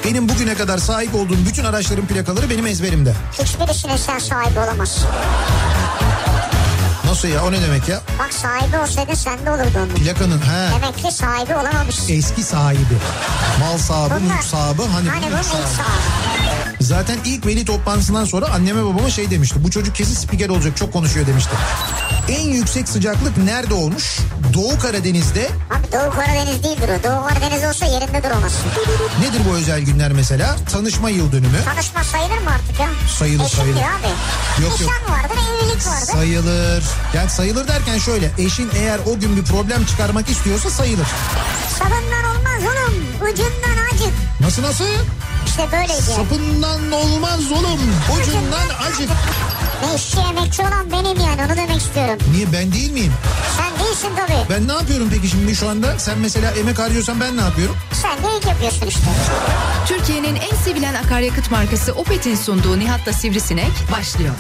Benim bugüne kadar sahip olduğum bütün araçların plakaları benim ezberimde. Hiçbirisine sen sahibi olamazsın. Nasıl ya, o ne demek ya? Bak sahibi olsaydı sende olurdu onun. Plakanın Demek ki sahibi olamamışsın. Eski sahibi. Mal sahibi, mülk sahibi. Hani bu ilk sahibi. Zaten ilk veli toplantısından sonra anneme babama şey demişti. Bu çocuk kesin spiker olacak, çok konuşuyor demişti. En yüksek sıcaklık nerede olmuş? Doğu Karadeniz'de. Abi Doğu Karadeniz değildir o. Doğu Karadeniz olsa yerinde duramazsın. Nedir bu özel günler mesela? Tanışma yıl dönümü. Tanışma sayılır mı artık ya? Sayılır. Abi. Yok. Nişan vardır, evlilik vardır. Sayılır. Yani sayılır derken şöyle. Eşin eğer o gün bir problem çıkarmak istiyorsa sayılır. Sapından olmaz oğlum. Ucundan acık. Nasıl? İşte böyleydi. Sapından olmaz oğlum. Ucundan acık. Ne işçi emekçi olan benim yani, onu demek istiyorum. Niye, ben değil miyim? Sen değilsin tabii. Ben ne yapıyorum peki şimdi şu anda? Sen mesela emek harcıyorsan ben ne yapıyorum? Sen de ilk yapıyorsun işte. Türkiye'nin en sevilen akaryakıt markası Opet'in sunduğu Nihat'la Sivrisinek başlıyor.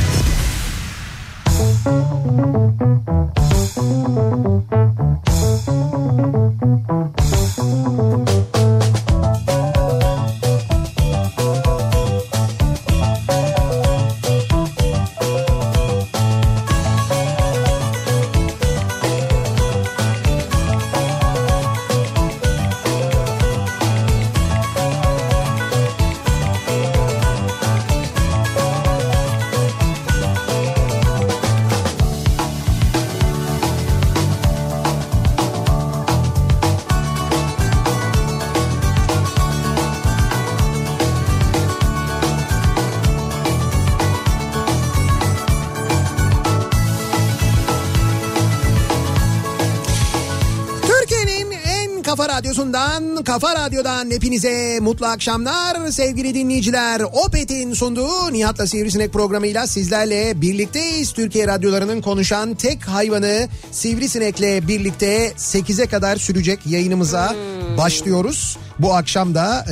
Kafa Radyo'dan hepinize mutlu akşamlar sevgili dinleyiciler. Opet'in sunduğu Nihat'la Sivrisinek programıyla sizlerle birlikteyiz. Türkiye radyolarının konuşan tek hayvanı Sivrisinek'le birlikte 8'e kadar sürecek yayınımıza başlıyoruz. Bu akşam da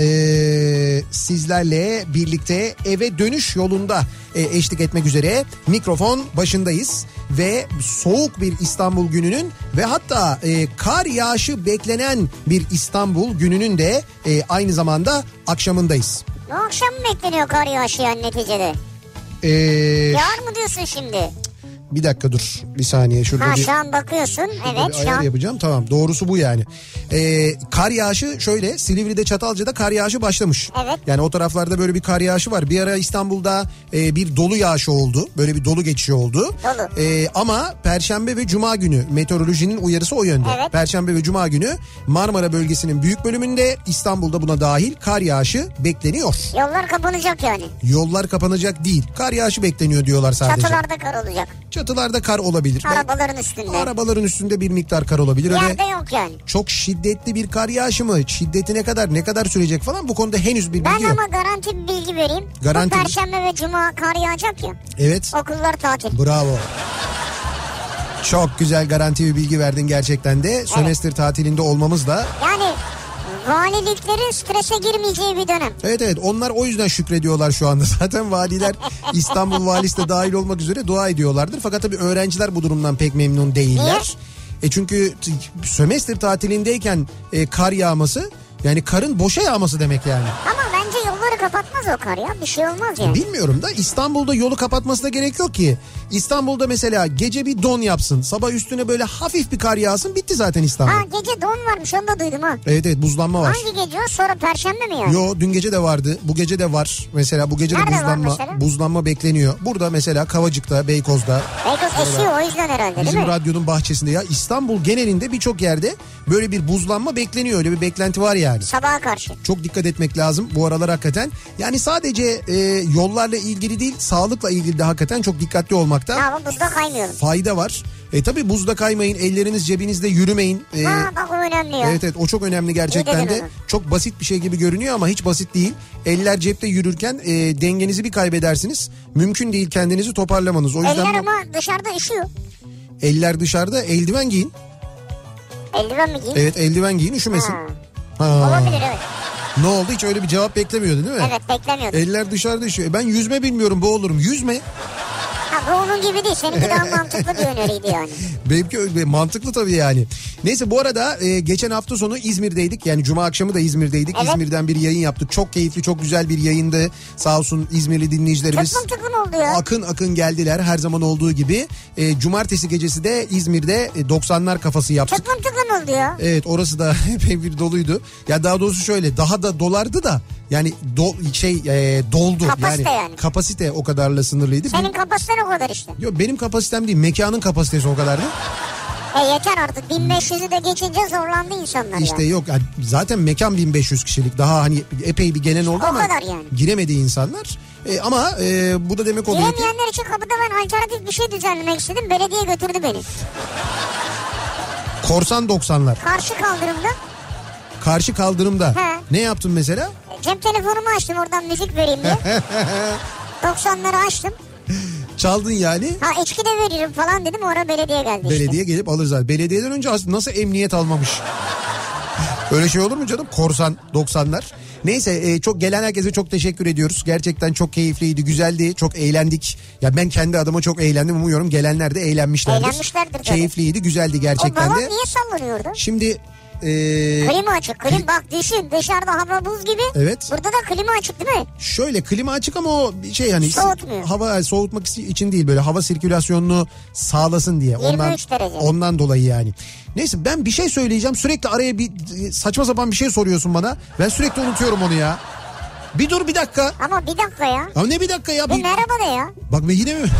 sizlerle birlikte eve dönüş yolunda eşlik etmek üzere mikrofon başındayız. Ve soğuk bir İstanbul gününün ve hatta kar yağışı beklenen bir İstanbul gününün de aynı zamanda akşamındayız. Bu akşam mı bekleniyor kar yağışı yani neticede? Yağar mı diyorsun şimdi? Bir dakika dur bir saniye. Şurada şu an bakıyorsun. Evet şu an. Yapacağım, tamam, doğrusu bu yani. Kar yağışı şöyle, Silivri'de, Çatalca'da kar yağışı başlamış. Evet. Yani o taraflarda böyle bir kar yağışı var. Bir ara İstanbul'da bir dolu yağışı oldu. Böyle bir dolu geçişi oldu. Dolu. Ama Perşembe ve Cuma günü meteorolojinin uyarısı o yönde. Evet. Perşembe ve Cuma günü Marmara bölgesinin büyük bölümünde, İstanbul'da buna dahil kar yağışı bekleniyor. Yollar kapanacak yani. Yollar kapanacak değil. Kar yağışı bekleniyor diyorlar sadece. Çatılarda kar olacak. Çatılarda kar olabilir. Arabaların üstünde. Arabaların üstünde bir miktar kar olabilir. Yerde yok yani. Çok şiddetli bir kar yağışı mı? Şiddeti ne kadar sürecek falan, bu konuda henüz bir bilgi yok. Ben ama garanti bir bilgi vereyim. Garanti. Bu Perşembe ve Cuma kar yağacak ya. Evet. Okullar tatil. Bravo. Çok güzel garanti bir bilgi verdin gerçekten de. Evet. Sömestr tatilinde olmamız da. Yani valiliklerin strese girmeyeceği bir dönem. Evet, onlar o yüzden şükrediyorlar şu anda. Zaten valiler İstanbul valisi de dahil olmak üzere dua ediyorlardır. Fakat tabii öğrenciler bu durumdan pek memnun değiller. Niye? Çünkü sömestr tatilindeyken kar yağması, yani karın boşa yağması demek yani. Ama bence yolları kapatmaz o kar ya. Bir şey olmaz yani. Bilmiyorum da İstanbul'da yolu kapatmasına gerek yok ki. İstanbul'da mesela gece bir don yapsın. Sabah üstüne böyle hafif bir kar yağsın. Bitti zaten İstanbul. Ha, gece don varmış, onu da duydum ha. Evet, buzlanma var. Hangi gece o? Sonra Perşembe mi yani? Yo, dün gece de vardı. Bu gece de var. Mesela bu gece de buzlanma bekleniyor. Burada mesela Kavacık'ta, Beykoz'da. Beykoz esiyor o yüzden herhalde, değil mi? Bizim radyonun bahçesinde ya. İstanbul genelinde birçok yerde böyle bir buzlanma bekleniyor. Öyle bir beklenti var yani. Sabaha karşı. Çok dikkat etmek lazım bu aralar hakikaten. Yani sadece yollarla ilgili değil, sağlıkla ilgili de hakikaten çok dikkatli olmakta. Ya buzda kaymıyorum. Fayda var. Tabii buzda kaymayın, elleriniz cebinizde yürümeyin. Bak o önemli ya. Evet, o çok önemli gerçekten de. Çok basit bir şey gibi görünüyor ama hiç basit değil. Eller cepte yürürken dengenizi bir kaybedersiniz. Mümkün değil kendinizi toparlamanız. O yüzden eller ama dışarıda üşüyor. Eller dışarıda, eldiven giyin. Eldiven mi giyin? Evet, eldiven giyin, üşümesin. Olabilir, evet. Ne oldu, hiç öyle bir cevap beklemiyordun değil mi? Evet, beklemiyordum. Eller dışarıda üşüyor. Ben yüzme bilmiyorum, boğulurum. Yüzme. Ha, Bu onun gibi değil. Seninki daha mantıklı bir öneriydi yani. Benimki mantıklı tabii yani. Neyse bu arada geçen hafta sonu İzmir'deydik. Yani cuma akşamı da İzmir'deydik. Evet. İzmir'den bir yayın yaptık. Çok keyifli, çok güzel bir yayındı. Sağ olsun İzmirli dinleyicilerimiz. Çok mantıklı oldu ya. Akın geldiler her zaman olduğu gibi. Cumartesi gecesi de İzmir'de 90'lar kafası yaptık. Çok mantıklı oldu ya. Evet, orası da epey bir doluydu. Ya daha doğrusu şöyle, daha da dolardı da yani doldu. Kapasite yani. Kapasite o kadarla sınırlıydı. Senin kapasiten o kadar işte. Yok, benim kapasitem değil, mekanın kapasitesi o kadardı. Yeter artık, 1500'ü de geçince zorlandı insanlar İşte yani. Yok zaten mekan 1500 kişilik, daha hani epey bir gelen oldu o ama yani. Giremedi insanlar. Ama bu da demek oluyor ki... Giremeyenler için kapıda ben alternatif bir şey düzenlemek istedim, belediye götürdü beni. Korsan 90'lar. Karşı kaldırımda. He. Ne yaptın mesela? Cep telefonumu açtım, oradan müzik vereyim diye. 90'ları açtım. Çaldın yani. Ha, içki de veririm falan dedim, oraya belediye geldi Belediye gelip alır zaten. Belediyeden önce nasıl emniyet almamış? Öyle şey olur mu canım? Korsan 90'lar. Neyse, çok gelen herkese çok teşekkür ediyoruz. Gerçekten çok keyifliydi, güzeldi, çok eğlendik. Ya ben kendi adıma çok eğlendim, umuyorum gelenler de eğlenmişlerdir. Eğlenmişlerdir. Keyifliydi, güzeldi gerçekten de. O balon niye sallanıyordu? Şimdi... klima açık. Bak düşün, dışarıda hava buz gibi. Evet. Burada da klima açık değil mi? Şöyle, klima açık ama o hani soğutmuyor. Hava soğutmak için değil, böyle hava sirkülasyonunu sağlasın diye. 23 derece. Ondan dolayı yani. Neyse, ben bir şey söyleyeceğim, sürekli araya bir saçma sapan bir şey soruyorsun bana. Ben sürekli unutuyorum onu ya. Bir dur bir dakika. Ama bir dakika ya. Ama ne bir dakika ya? Bir merhaba de ya. Bak yine mi?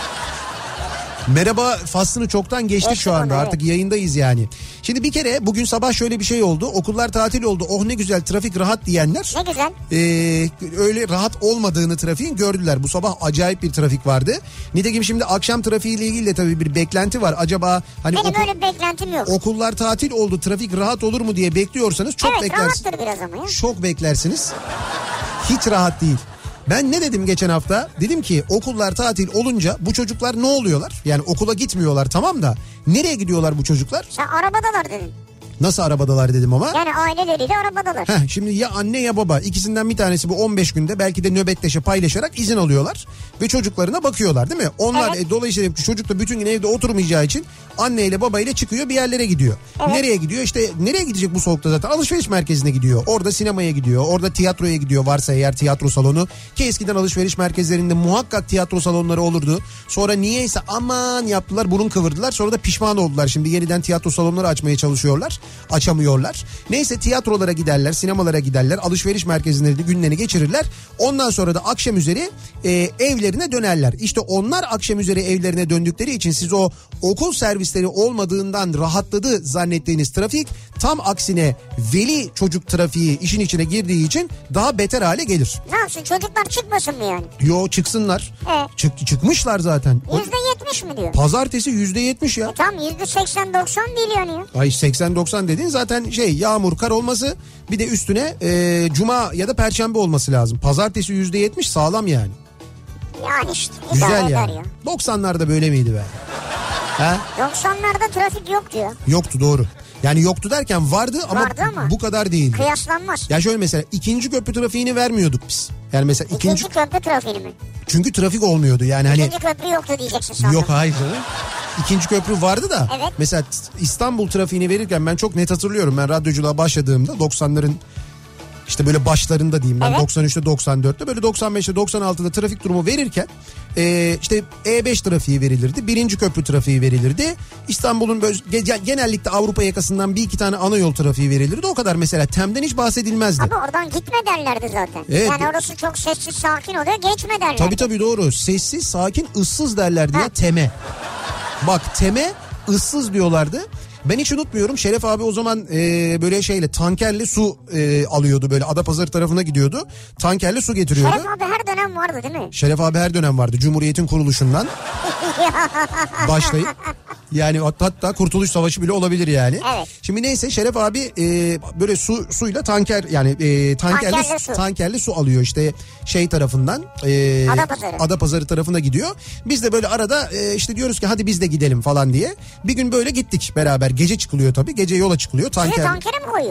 Merhaba faslını çoktan geçtik şu anda, artık yayındayız yani. Şimdi bir kere bugün sabah şöyle bir şey oldu. Okullar tatil oldu. Oh ne güzel, trafik rahat diyenler. Ne güzel. Öyle rahat olmadığını trafiğin gördüler. Bu sabah acayip bir trafik vardı. Nitekim şimdi akşam trafiğiyle ilgili de tabii bir beklenti var. Acaba hani benim öyle bir beklentim yok. Okullar tatil oldu, trafik rahat olur mu diye bekliyorsanız çok beklersiniz. Evet, rahattır biraz ama ya. Çok beklersiniz. Hiç rahat değil. Ben ne dedim geçen hafta? Dedim ki okullar tatil olunca bu çocuklar ne oluyorlar? Yani okula gitmiyorlar, tamam da nereye gidiyorlar bu çocuklar? Sen arabadalar dedin. Nasıl arabadalar dedim ama? Yani aileleriyle arabadalar. Şimdi ya anne ya baba, ikisinden bir tanesi bu 15 günde belki de nöbetleşe paylaşarak izin alıyorlar ve çocuklarına bakıyorlar değil mi? Onlar dolayısıyla çocuk da bütün gün evde oturmayacağı için anneyle babayla çıkıyor, bir yerlere gidiyor. Evet. Nereye gidiyor? İşte nereye gidecek bu soğukta zaten? Alışveriş merkezine gidiyor. Orada sinemaya gidiyor. Orada tiyatroya gidiyor varsa eğer tiyatro salonu. Ki eskiden alışveriş merkezlerinde muhakkak tiyatro salonları olurdu. Sonra niyeyse aman yaptılar, burun kıvırdılar. Sonra da pişman oldular. Şimdi yeniden tiyatro salonları açmaya çalışıyorlar. Açamıyorlar. Neyse, tiyatrolara giderler, sinemalara giderler, alışveriş merkezlerinde günlerini geçirirler. Ondan sonra da akşam üzeri evlerine dönerler. İşte onlar akşam üzeri evlerine döndükleri için siz o okul servisleri olmadığından rahatladı zannettiğiniz trafik tam aksine veli çocuk trafiği işin içine girdiği için daha beter hale gelir. Ne yapsın, çocuklar çıkmasın mı yani? Yo, çıksınlar. Çıkmışlar zaten. %70 mi diyor? Pazartesi %70 ya. Tam %80-90 değil yani. Ay 80-90 dediğin zaten yağmur kar olması, bir de üstüne cuma ya da perşembe olması lazım. Pazartesi %70 sağlam yani. Yani işte. Güzel yani. Ya. 90'larda böyle miydi be? 90'larda trafik yoktu ya. Yoktu, doğru. Yani yoktu derken vardı ama bu kadar değildi. Kıyaslanmaz. Ya şöyle mesela ikinci köprü trafiğini vermiyorduk biz. Yani mesela ikinci köprü trafiğini mi? Çünkü trafik olmuyordu yani. İkinci köprü yoktu diyeceksin sonra. Yok, hayır canım. İkinci köprü vardı da. Evet. Mesela İstanbul trafiğini verirken ben çok net hatırlıyorum. Ben radyoculuğa başladığımda 90'ların işte böyle başlarında diyeyim ben, 93'te 94'te böyle 95'te 96'da trafik durumu verirken işte E5 trafiği verilirdi. Birinci köprü trafiği verilirdi. İstanbul'un böyle genellikle Avrupa yakasından bir iki tane ana yol trafiği verilirdi. O kadar mesela. TEM'den hiç bahsedilmezdi. Ama oradan gitme derlerdi zaten. Evet. Yani orası çok sessiz sakin oluyor, geçme derlerdi. Tabii doğru. Sessiz sakin ıssız derlerdi ya TEM'e. Bak TEM'e ıssız diyorlardı. Ben hiç unutmuyorum, Şeref abi o zaman böyle tankerle su alıyordu, böyle Adapazarı tarafına gidiyordu. Tankerle su getiriyordu. Şeref abi her dönem vardı değil mi? Şeref abi her dönem vardı. Cumhuriyet'in kuruluşundan başlayıp yani hatta Kurtuluş Savaşı bile olabilir yani. Evet. Şimdi neyse, Şeref abi böyle suyla tanker yani tankerle su alıyor işte tarafından Adapazarı tarafına gidiyor. Biz de böyle arada işte diyoruz ki hadi biz de gidelim falan diye. Bir gün böyle gittik beraber. Gece çıkılıyor tabii. Gece yola çıkılıyor. Tankere mi koyuyor?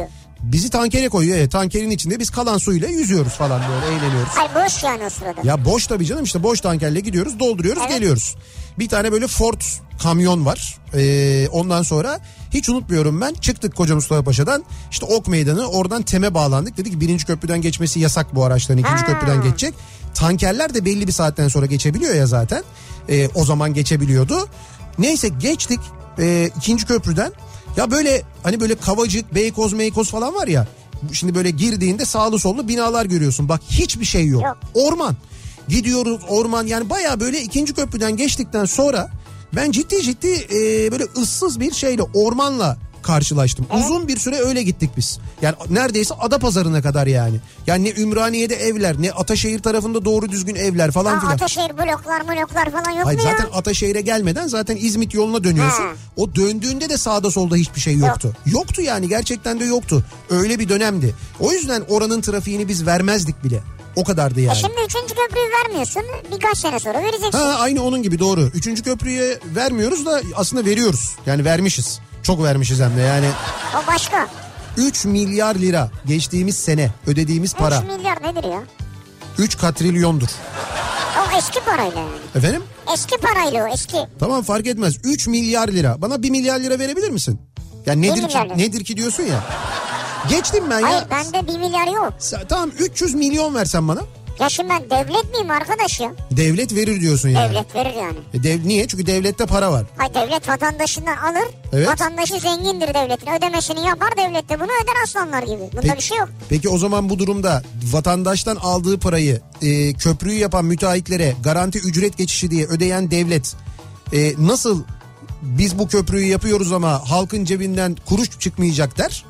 Bizi tankere koyuyor. Evet, tankerin içinde biz kalan suyla yüzüyoruz falan, böyle eğleniyoruz. Hayır, boş yani o sırada. Ya boş tabii canım, işte boş tankerle gidiyoruz, dolduruyoruz, evet, geliyoruz. Bir tane böyle Ford kamyon var. Ondan sonra hiç unutmuyorum ben, çıktık Koca Mustafa Paşa'dan, işte Ok Meydanı, oradan TEM'e bağlandık. Dedik ki 1. köprüden geçmesi yasak bu araçların, 2. köprüden geçecek. Tankerler de belli bir saatten sonra geçebiliyor ya zaten. O zaman geçebiliyordu. Neyse geçtik 2. köprüden. Ya böyle hani böyle Kavacık, Beykoz, Meykoz falan var ya. Şimdi böyle girdiğinde sağlı sollu binalar görüyorsun. Bak hiçbir şey yok. Orman. Gidiyoruz orman, yani baya böyle 2. köprüden geçtikten sonra ben ciddi böyle ıssız bir şeyle, ormanla karşılaştım. Evet. Uzun bir süre öyle gittik biz. Yani neredeyse Adapazarı'na kadar yani. Yani ne Ümraniye'de evler, ne Ataşehir tarafında doğru düzgün evler falan filan. Ataşehir bloklar falan yok. Hayır, mu ya? Zaten Ataşehir'e gelmeden zaten İzmit yoluna dönüyorsun. O döndüğünde de sağda solda hiçbir şey yoktu. Yoktu yani, gerçekten de yoktu. Öyle bir dönemdi. O yüzden oranın trafiğini biz vermezdik bile. O kadardı yani. Şimdi 3. köprüyü vermiyorsun, birkaç sene sonra vereceksin. Aynı onun gibi, doğru. 3. köprüye vermiyoruz da aslında veriyoruz. Yani vermişiz. Çok vermişiz hem de yani. O başka. 3 milyar lira geçtiğimiz sene ödediğimiz para. 3 milyar nedir ya? 3 katrilyondur. O eski parayla yani. Efendim? Eski parayla o, eski. Tamam, fark etmez. 3 milyar lira. Bana 1 milyar lira verebilir misin? Yani nedir ki diyorsun ya. Geçtim ben ya. Hayır, bende 1 milyar yok. Tamam, 300 milyon versen bana. Ya şimdi ben devlet miyim arkadaş ya? Devlet verir diyorsun yani. Devlet verir yani. Niye? Çünkü devlette para var. Hayır, devlet vatandaşından alır. Evet. Vatandaşı zengindir devletin. Ödemesini yapar, devlet de bunu öder aslanlar gibi. Bunda bir şey yok. Peki o zaman bu durumda vatandaştan aldığı parayı köprüyü yapan müteahhitlere garanti ücret geçişi diye ödeyen devlet nasıl biz bu köprüyü yapıyoruz ama halkın cebinden kuruş çıkmayacak der?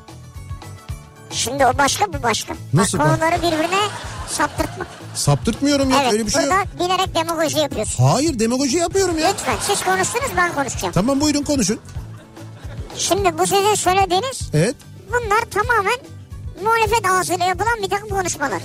Şimdi o başka, bu başka. Nasıl? Konuları birbirine saptırtma. Saptırtmıyorum ya, öyle bir şey yok. Evet, burada bilerek demagoji yapıyorsun. Hayır, demagoji yapıyorum ya. Lütfen, siz konuştunuz, ben konuşacağım. Tamam, buyurun konuşun. Şimdi bu sizin söylediğiniz, evet, bunlar tamamen muhalefet ağzıyla yapılan bir takım konuşmalar.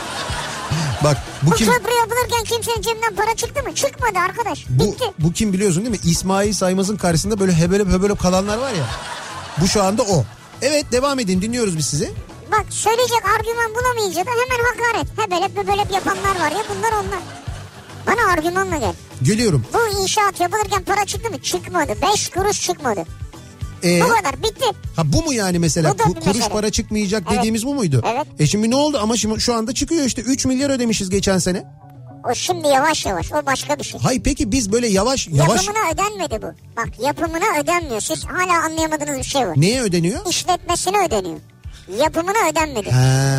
Bak bu kim? Köprü yapılırken kimsenin cebinden para çıktı mı? Çıkmadı arkadaş. Bitti. Bu kim biliyorsun değil mi? İsmail Saymaz'ın karşısında böyle hebelep kalanlar var ya. Bu şu anda o. Evet, devam edin, dinliyoruz biz sizi. Bak, söyleyecek argüman bulamayınca da hemen hakaret. Hebelep yapanlar var ya, bunlar onlar. Bana argümanla gel. Geliyorum. Bu inşaat yapılırken para çıktı mı? Çıkmadı. 5 kuruş çıkmadı. Bu kadar, bitti. Ha, bu mu yani mesela? Kuruş mesele. Para çıkmayacak dediğimiz bu muydu? Evet. Şimdi ne oldu ama şu anda çıkıyor işte, 3 milyar ödemişiz geçen sene. O şimdi yavaş, o başka bir şey. Hayır, peki biz böyle yavaş. Yapımına ödenmedi bu. Bak, yapımına ödenmiyor. Siz hala anlayamadığınız bir şey var. Neye ödeniyor? İşletmesine ödeniyor. Yapımına ödenmedi.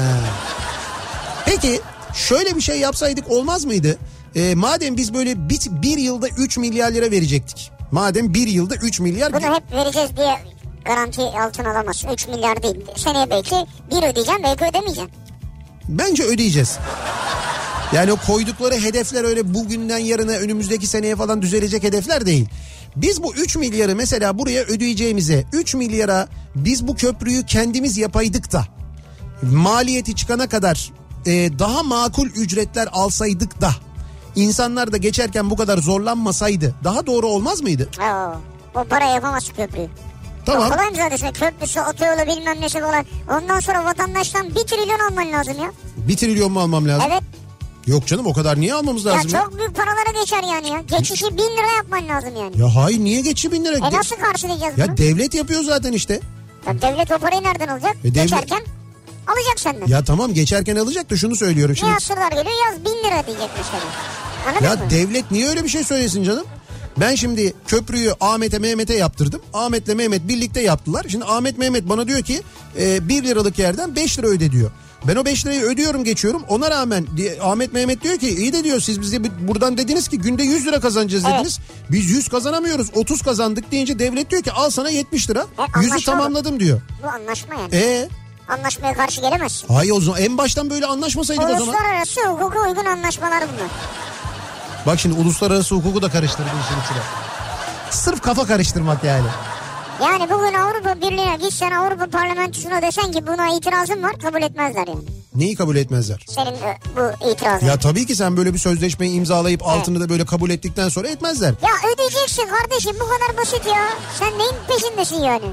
Peki şöyle bir şey yapsaydık olmaz mıydı? Madem biz böyle bir yılda 3 milyar lira verecektik. Madem bir yılda 3 milyar... Bunu hep vereceğiz diye garanti altına alamazsın. 3 milyar değil. Seneye belki bir ödeyeceğim, belki ödemeyeceğim. Bence ödeyeceğiz. Yani o koydukları hedefler öyle bugünden yarına, önümüzdeki seneye falan düzelecek hedefler değil. Biz bu 3 milyarı mesela buraya ödeyeceğimize, 3 milyara biz bu köprüyü kendimiz yapaydık da maliyeti çıkana kadar daha makul ücretler alsaydık da insanlar da geçerken bu kadar zorlanmasaydı daha doğru olmaz mıydı? O para yapamaz köprüyü. Tamam. Kolay mı zaten? Köprüsü, otoyolu, bilmem nesi kolay. Ondan sonra vatandaştan 1 trilyon alman lazım ya. 1 trilyon mu almam lazım? Evet. Yok canım, o kadar niye almamız lazım ya? Çok büyük paralara geçer yani ya. Geçişi 1000 lira yapman lazım yani. Ya hayır, niye geçişi 1000 lira? Nasıl karşılayacağız bunu? Ya devlet yapıyor zaten işte. Ya devlet o parayı nereden alacak? Geçerken alacak senden. Ya tamam, geçerken alacak da şunu söylüyorum şimdi. Niye asırlar geliyor, yaz 1000 lira diyecek mesela. Anladın mı? Devlet niye öyle bir şey söylesin canım? Ben şimdi köprüyü Ahmet'e Mehmet'e yaptırdım. Ahmet'le Mehmet birlikte yaptılar. Şimdi Ahmet Mehmet bana diyor ki 1 liralık yerden 5 lira öde diyor. Ben o 5 lirayı ödüyorum, geçiyorum. Ona rağmen Ahmet Mehmet diyor ki iyi de diyor, siz bize buradan dediniz ki günde 100 lira kazanacağız dediniz. Biz 100 kazanamıyoruz, 30 kazandık deyince devlet diyor ki al sana 70 lira. 100'ü tamamladım diyor. Bu anlaşma yani. Anlaşmaya karşı gelemezsin. Hayır, o zaman en baştan böyle anlaşmasaydık o zaman. Uluslararası hukuka uygun anlaşmalar bunlar. Bak şimdi uluslararası hukuku da karıştırdın işin içine. Sırf kafa karıştırmak yani. Yani bugün Avrupa Birliği'ne gitsen, Avrupa Parlamentosu'na desen ki buna itirazım var, kabul etmezler yani. Neyi kabul etmezler? Senin bu itirazın. Ya tabii ki sen böyle bir sözleşmeyi imzalayıp altını da böyle kabul ettikten sonra etmezler. Ya ödeyeceksin kardeşim, bu kadar basit ya. Sen neyin peşindesin yani?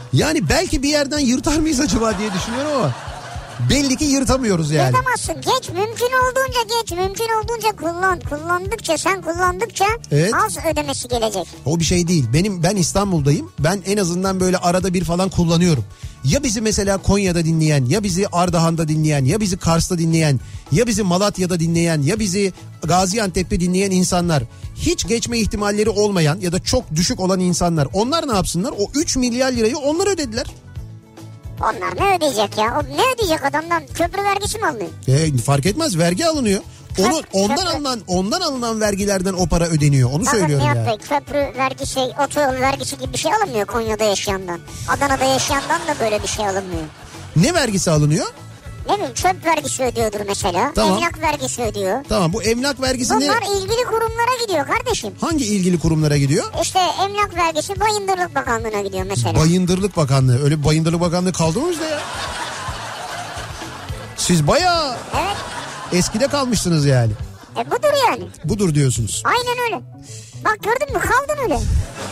Yani belki bir yerden yırtar mıyız acaba diye düşünüyorum ama belli ki yırtamıyoruz yani. Yırtamazsın. Geç, mümkün olduğunca geç. Mümkün olduğunca kullan. Sen kullandıkça evet, az ödemesi gelecek. O bir şey değil. Ben İstanbul'dayım. Ben en azından böyle arada bir falan kullanıyorum. Ya bizi mesela Konya'da dinleyen, ya bizi Ardahan'da dinleyen, ya bizi Kars'ta dinleyen, ya bizi Malatya'da dinleyen, ya bizi Gaziantep'te dinleyen insanlar, hiç geçme ihtimalleri olmayan ya da çok düşük olan insanlar, onlar ne yapsınlar? O 3 milyar lirayı onlar ödediler. Onlar ne ödeyecek ya? Ne ödeyecek adamdan? Köprü vergisi mi alınıyor? Fark etmez, vergi alınıyor. Ondan alınan vergilerden o para ödeniyor. Onu söylüyorum ya. Nihat Bey, köprü vergisi, otoyol vergisi gibi bir şey alınmıyor Konya'da yaşayandan. Adana'da yaşayandan da böyle bir şey alınmıyor. Ne vergisi alınıyor? Ne bileyim, çöp vergisi ödüyordur mesela. Tamam. Emlak vergisi ödüyor. Tamam, bu emlak vergisi Bunlar ilgili kurumlara gidiyor kardeşim. Hangi ilgili kurumlara gidiyor? İşte emlak vergisi Bayındırlık Bakanlığı'na gidiyor mesela. Bayındırlık Bakanlığı. Öyle bir Bayındırlık Bakanlığı kaldı mı bizde ya? Siz bayağı evet, eskide kalmışsınız yani. Budur yani. Budur diyorsunuz. Aynen öyle. Bak gördün mü, kaldın öyle.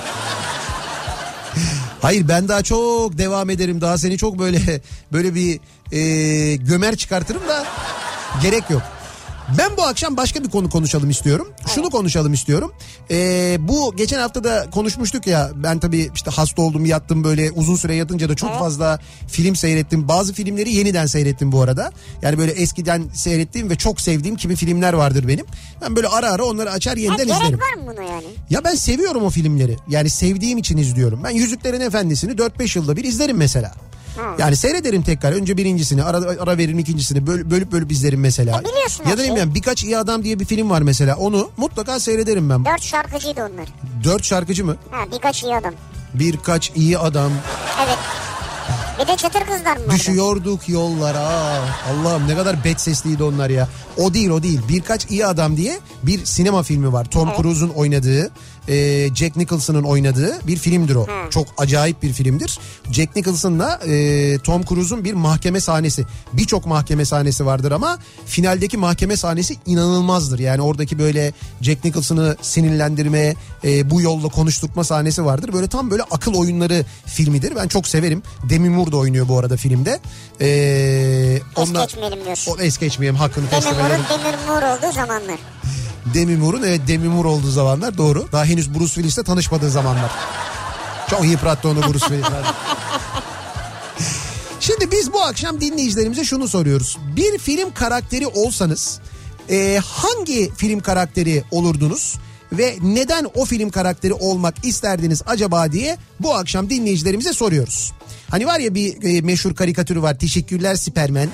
Hayır, ben daha çok devam ederim. Daha seni çok böyle bir gömer çıkartırım da gerek yok. Ben bu akşam başka bir konu konuşalım istiyorum. Şunu konuşalım istiyorum. Bu geçen hafta da konuşmuştuk ya. Ben tabii işte hasta oldum, yattım, böyle uzun süre yatınca da çok fazla film seyrettim. Bazı filmleri yeniden seyrettim bu arada. Yani böyle eskiden seyrettiğim ve çok sevdiğim kimi filmler vardır benim. Ben böyle ara ara onları açar yeniden izlerim. Gerek var mı buna yani? Ya ben seviyorum o filmleri. Yani sevdiğim için izliyorum. Ben Yüzüklerin Efendisi'ni 4-5 yılda bir izlerim mesela. Yani seyrederim tekrar. Önce birincisini, ara veririm ikincisini. Bölüp izlerim mesela. Biliyorsun ya da ne bileyim, Birkaç İyi Adam diye bir film var mesela. Onu mutlaka seyrederim ben. 4 şarkıcıydı onlar. 4 şarkıcı mı? Birkaç iyi adam. Birkaç iyi adam. Evet. Bir de Çıtır Kızlar mı vardı? Düşüyorduk yollara. Allah'ım ne kadar bet sesliydi onlar ya. O değil. Birkaç İyi Adam diye bir sinema filmi var. Tom Cruise'un oynadığı, Jack Nicholson'ın oynadığı bir filmdir o. Çok acayip bir filmdir. Jack Nicholson'la Tom Cruise'un bir mahkeme sahnesi. Birçok mahkeme sahnesi vardır ama finaldeki mahkeme sahnesi inanılmazdır. Yani oradaki böyle Jack Nicholson'ı sinirlendirme, bu yolla konuşturma sahnesi vardır. Böyle tam böyle akıl oyunları filmidir. Ben çok severim. Demi Moore da oynuyor bu arada filmde. Es geçmeyelim diyorsun. Es geçmeyelim, hakkını teslim edelim. Demi Moore olduğu zamanlar. Demi Moore olduğu zamanlar, doğru. Daha henüz Bruce Willis'le tanışmadığı zamanlar. Çok yıprattı onu Bruce Willis. Şimdi biz bu akşam dinleyicilerimize şunu soruyoruz. Bir film karakteri olsanız hangi film karakteri olurdunuz? Ve neden o film karakteri olmak isterdiniz acaba diye bu akşam dinleyicilerimize soruyoruz. Hani var ya bir meşhur karikatürü var. Teşekkürler Süpermen.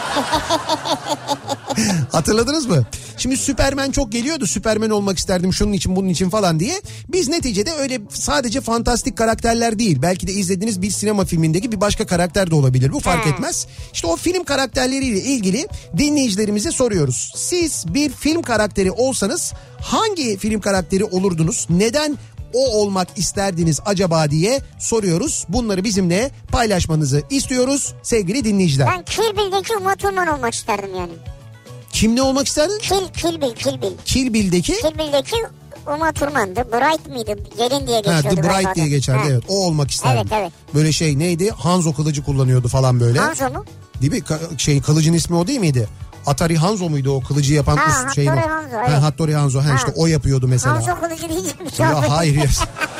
Hatırladınız mı? Şimdi Süpermen çok geliyordu. Süpermen olmak isterdim şunun için bunun için falan diye. Biz neticede öyle sadece fantastik karakterler değil. Belki de izlediğiniz bir sinema filmindeki bir başka karakter de olabilir. Bu fark etmez. İşte o film karakterleriyle ilgili dinleyicilerimize soruyoruz. Siz bir film karakteri olsanız hangi film karakteri olurdunuz? Neden o olmak isterdiniz acaba diye soruyoruz. Bunları bizimle paylaşmanızı istiyoruz sevgili dinleyiciler. Ben Kill Bill'deki Uma Thurman olmak isterdim yani. Kim ne olmak isterdin? Kill Bill. Kill Bill'deki Uma Thurman'dı. Bright mıydı? Gelin diye geçiyordu. The Bright diye geçerdi, evet. O olmak isterdim. Evet. Böyle şey neydi? Hanzo kılıcı kullanıyordu falan böyle. Hanzo mu? Değil mi? Kılıcın ismi o değil miydi? Atari Hanzo muydu o kılıcı yapan şeydi? Hattori Hanzo, evet. Hattori Hanzo. İşte o yapıyordu mesela. Hanzo kılıcı diyeceğim. Ya hayır.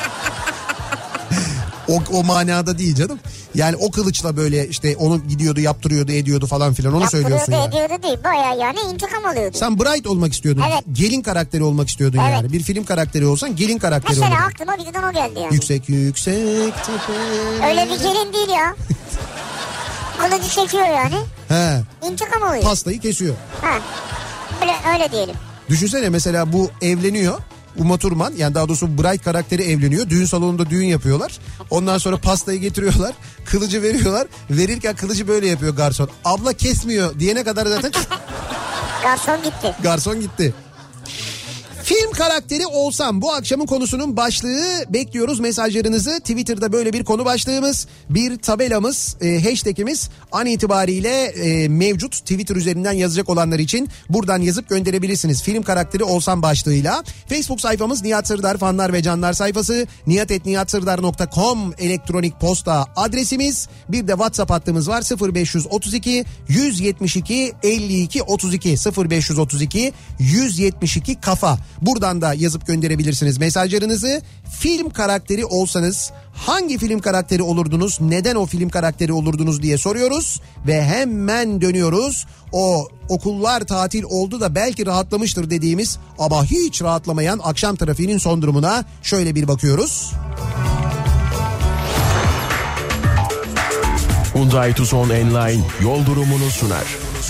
O manada değil canım. Yani o kılıçla böyle işte onu gidiyordu, yaptırıyordu, ediyordu falan filan, onu söylüyorsun yani. Ediyordu değil, bayağı yani intikam alıyordu. Sen Bright olmak istiyordun. Evet. Gelin karakteri olmak istiyordun yani. Bir film karakteri olsan gelin karakteri olurdun. Mesela aklıma birden o geldi yani. Yüksek tepe. Öyle bir gelin değil ya. Kılıcı çekiyor yani. He. İntikam alıyor. Pastayı kesiyor. Öyle diyelim. Düşünsene mesela bu evleniyor. Uma Thurman, yani daha doğrusu Bright karakteri evleniyor. Düğün salonunda düğün yapıyorlar. Ondan sonra pastayı getiriyorlar. Kılıcı veriyorlar. Verirken kılıcı böyle yapıyor garson. Abla kesmiyor diyene kadar zaten... Garson gitti. Garson gitti. Film karakteri olsam bu akşamın konusunun başlığı, bekliyoruz mesajlarınızı. Twitter'da böyle bir konu başlığımız, bir tabelamız, hashtagimiz an itibariyle mevcut. Twitter üzerinden yazacak olanlar için buradan yazıp gönderebilirsiniz. Film karakteri olsam başlığıyla. Facebook sayfamız Nihat Sırdar fanlar ve canlar sayfası, nihat@nihatsırdar.com elektronik posta adresimiz. Bir de WhatsApp hattımız var, 0532 172 52 32 0532 172 kafa. Buradan da yazıp gönderebilirsiniz mesajlarınızı. Film karakteri olsanız hangi film karakteri olurdunuz? Neden o film karakteri olurdunuz diye soruyoruz. Ve hemen dönüyoruz. O okullar tatil oldu da belki rahatlamıştır dediğimiz ama hiç rahatlamayan akşam trafiğinin son durumuna şöyle bir bakıyoruz. Hyundai Tucson Enline yol durumunu sunar.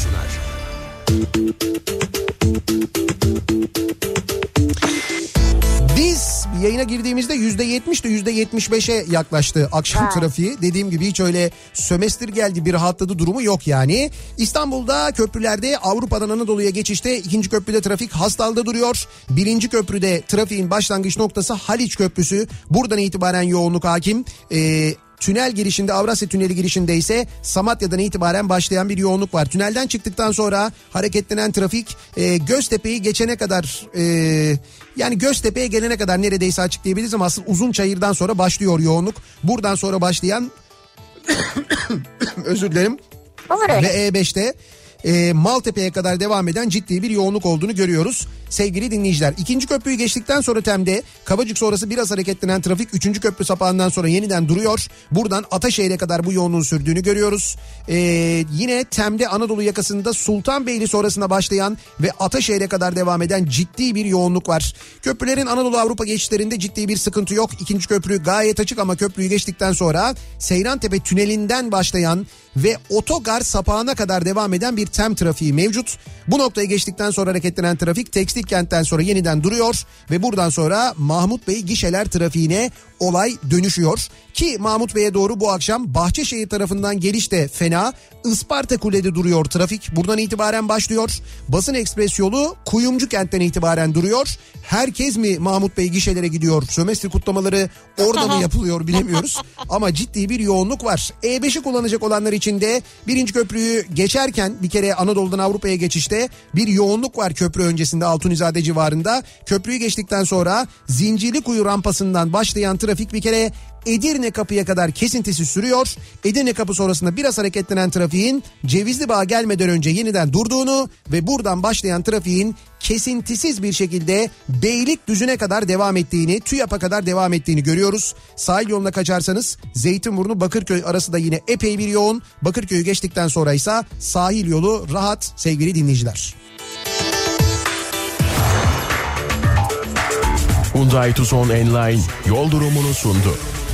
Biz yayına girdiğimizde %70'ti, %75'e yaklaştı akşam trafiği. Dediğim gibi hiç öyle sömestr geldi bir rahatladı durumu yok yani. İstanbul'da köprülerde Avrupa'dan Anadolu'ya geçişte 2. köprüde trafik Hastal'da duruyor. 1. köprüde trafiğin başlangıç noktası Haliç Köprüsü. Buradan itibaren yoğunluk hakim. Tünel girişinde, Avrasya Tüneli girişinde ise Samatya'dan itibaren başlayan bir yoğunluk var. Tünelden çıktıktan sonra hareketlenen trafik Göztepe'yi geçene kadar yani Göztepe'ye gelene kadar neredeyse açık diyebiliriz ama aslında Uzunçayır'dan sonra başlıyor yoğunluk. Buradan sonra başlayan özür dilerim. Ve E5'te Maltepe'ye kadar devam eden ciddi bir yoğunluk olduğunu görüyoruz sevgili dinleyiciler. 2. köprüyü geçtikten sonra Tem'de Kabacık sonrası biraz hareketlenen trafik 3. köprü sapağından sonra yeniden duruyor. Buradan Ataşehir'e kadar bu yoğunluğun sürdüğünü görüyoruz. Yine Tem'de Anadolu yakasında Sultanbeyli sonrasında başlayan ve Ataşehir'e kadar devam eden ciddi bir yoğunluk var. Köprülerin Anadolu Avrupa geçişlerinde ciddi bir sıkıntı yok. 2. köprü gayet açık ama köprüyü geçtikten sonra Seyrantepe tünelinden başlayan ve otogar sapağına kadar devam eden bir Tem trafiği mevcut. Bu noktayı geçtikten sonra hareketlenen trafik Tekstil Kent'ten sonra yeniden duruyor ve buradan sonra Mahmut Bey gişeler trafiğine olay dönüşüyor. Ki Mahmut Bey'e doğru bu akşam Bahçeşehir tarafından geliş de fena. Isparta Kule'de duruyor trafik. Buradan itibaren başlıyor. Basın Ekspres yolu Kuyumcu Kent'ten itibaren duruyor. Herkes mi Mahmut Bey gişelere gidiyor? Sömestr kutlamaları orada mı yapılıyor bilemiyoruz. Ama ciddi bir yoğunluk var. E5'i kullanacak olanlar için de 1. köprüyü geçerken bir kere Anadolu'dan Avrupa'ya geçişte bir yoğunluk var köprü öncesinde Altunizade civarında. Köprüyü geçtikten sonra Zincirlikuyu rampasından başlayan trafik bir kere Edirne Kapı'ya kadar kesintisiz sürüyor. Edirne Kapı sonrasında biraz hareketlenen trafiğin Cevizlibağ gelmeden önce yeniden durduğunu ve buradan başlayan trafiğin kesintisiz bir şekilde Beylikdüzü'ne kadar devam ettiğini, TÜYAP'a kadar devam ettiğini görüyoruz. Sahil yoluna kaçarsanız Zeytinburnu Bakırköy arası da yine epey bir yoğun. Bakırköy'ü geçtikten sonra ise sahil yolu rahat sevgili dinleyiciler. Hyundai Tucson Enline yol durumunu sundu.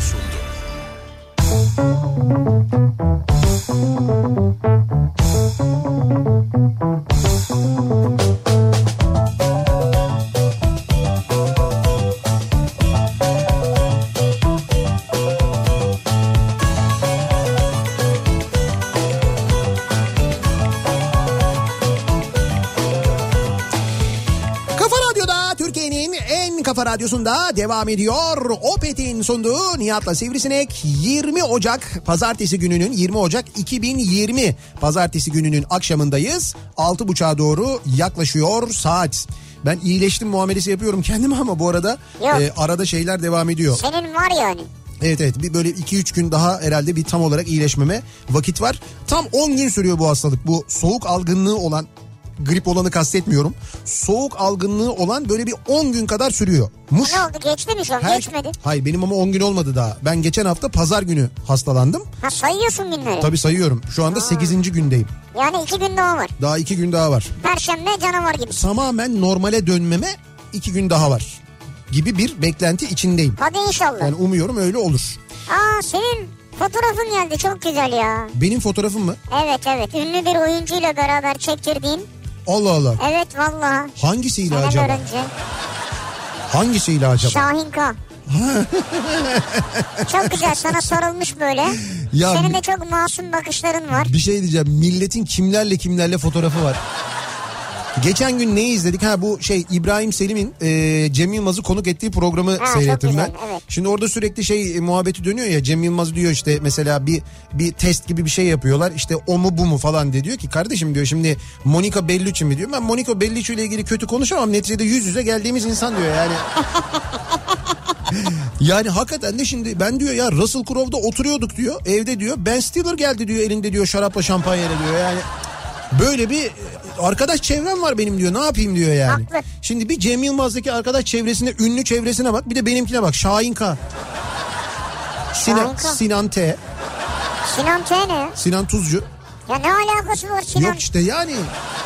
Kafa Radyosu'nda devam ediyor. Opet'in sunduğu Nihat'la Sivrisinek 20 Ocak Pazartesi gününün 20 Ocak 2020 Pazartesi gününün akşamındayız. 6.30'a doğru yaklaşıyor saat. Ben iyileştim muamelesi yapıyorum kendime ama bu arada arada şeyler devam ediyor. Senin var yani. Evet bir böyle 2-3 gün daha herhalde bir tam olarak iyileşmeme vakit var. Tam 10 gün sürüyor bu hastalık. Bu soğuk algınlığı olan, grip olanı kastetmiyorum. Soğuk algınlığı olan böyle bir 10 gün kadar sürüyor. Ne oldu, geçti mi şu an? Geçmedi. Hayır benim ama 10 gün olmadı daha. Ben geçen hafta pazar günü hastalandım. Ha, sayıyorsun günleri. Tabii sayıyorum. Şu anda 8. gündeyim. Yani 2 gün daha var. Daha 2 gün daha var. Perşembe canavar gibi. Tamamen normale dönmeme 2 gün daha var gibi bir beklenti içindeyim. Hadi inşallah. Yani umuyorum öyle olur. Senin fotoğrafın geldi, çok güzel ya. Benim fotoğrafım mı? Evet. Ünlü bir oyuncuyla beraber çektirdiğin. Allah Allah. Evet vallahi. Hangisiyle Seneler acaba? önce. Hangisiyle acaba? Şahin K. Çok güzel, sana sarılmış böyle. Ya, senin de çok masum bakışların var. Bir şey diyeceğim, milletin kimlerle fotoğrafı var. Geçen gün neyi izledik? Bu İbrahim Selim'in Cem Yılmaz'ı konuk ettiği programı seyrettim ben. Evet. Şimdi orada sürekli muhabbeti dönüyor ya, Cem Yılmaz diyor işte mesela bir test gibi bir şey yapıyorlar. İşte o mu bu mu falan diyor ki kardeşim diyor, şimdi Monica Bellucci mi diyor. Ben Monica Bellucci ile ilgili kötü konuşamam. Neticede yüz yüze geldiğimiz insan diyor yani. Yani hakikaten de şimdi ben diyor ya Russell Crowe'da oturuyorduk diyor evde diyor. Ben Stiller geldi diyor elinde diyor şarapla şampanyayla diyor yani. Böyle bir arkadaş çevrem var benim diyor, ne yapayım diyor yani. Haklı. Şimdi bir Cem Yılmaz'daki arkadaş çevresine, ünlü çevresine bak, bir de benimkine bak. Şahin K. Sinan T. Sinan T ne? Sinan Tuzcu. Ya ne alakası var Sinan? Yok işte yani.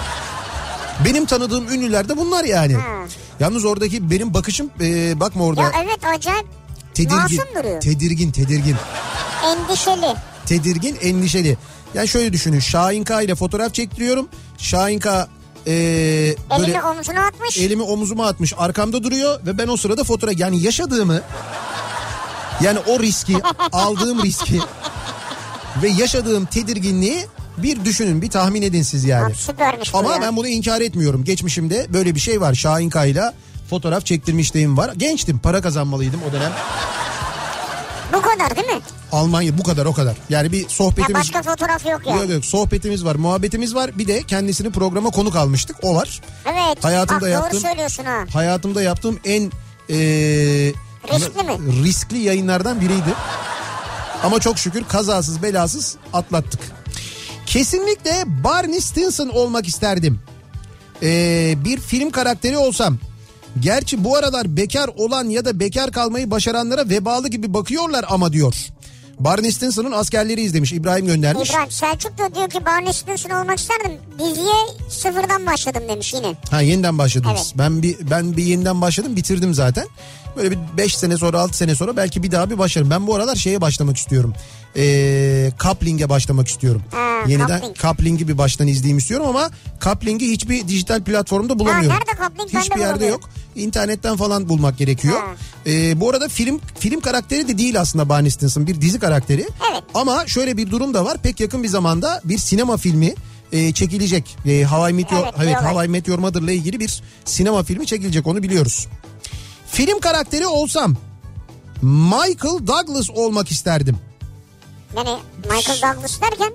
Benim tanıdığım ünlüler de bunlar yani. Yalnız oradaki benim bakışım bakma orada. Ya evet, acayip masum duruyor. Tedirgin. Endişeli. Tedirgin, endişeli. Yani şöyle düşünün, Şahin K ile fotoğraf çektiriyorum. Şahin K böyle elimi omzuna atmış. Elimi omzuma atmış, arkamda duruyor ve ben o sırada fotoğraf, yani yaşadığımı, yani o riski, aldığım riski ve yaşadığım tedirginliği bir düşünün, bir tahmin edin siz yani. Süpermiş bu ama ya. Ben bunu inkar etmiyorum. Geçmişimde böyle bir şey var. Şahin Kaya'yla fotoğraf çektirmişliğim var. Gençtim, para kazanmalıydım o dönem. Bu kadar değil mi? Almanya bu kadar, o kadar. Yani bir sohbetimiz... Ya başka fotoğraf yok ya. Yok, sohbetimiz var, muhabbetimiz var. Bir de kendisini programa konuk almıştık. O var. Evet. Doğru söylüyorsun ha. Hayatımda yaptığım en... riskli mi? Riskli yayınlardan biriydi. Ama çok şükür kazasız belasız atlattık. Kesinlikle Barney Stinson olmak isterdim. Bir film karakteri olsam. Gerçi bu aralar bekar olan ya da bekar kalmayı başaranlara vebalı gibi bakıyorlar ama diyor. Barney Stinson'un Askerleri izlemiş, İbrahim göndermiş. İbrahim Selçuk da diyor ki Barney Stinson olmak isterdim. Diziye sıfırdan başladım demiş yine. Yeniden başladınız. Evet. Ben bir yeniden başladım, bitirdim zaten. Böyle bir 5 sene sonra 6 sene sonra belki bir daha bir başlarım. Ben bu aralar şeye başlamak istiyorum. Coupling'e başlamak istiyorum. Yeniden Coupling'i bir baştan izleyeyim istiyorum ama Coupling'i hiçbir dijital platformda bulamıyorum. Nerede Coupling? Hiçbir yerde yok. İnternetten falan bulmak gerekiyor. Bu arada film karakteri de değil aslında Barney Stinson, bir dizi karakteri. Evet. Ama şöyle bir durum da var. Pek yakın bir zamanda bir sinema filmi çekilecek. How I Met Your Mother'la ilgili bir sinema filmi çekilecek, onu biliyoruz. Film karakteri olsam Michael Douglas olmak isterdim. Yani Michael Douglas derken?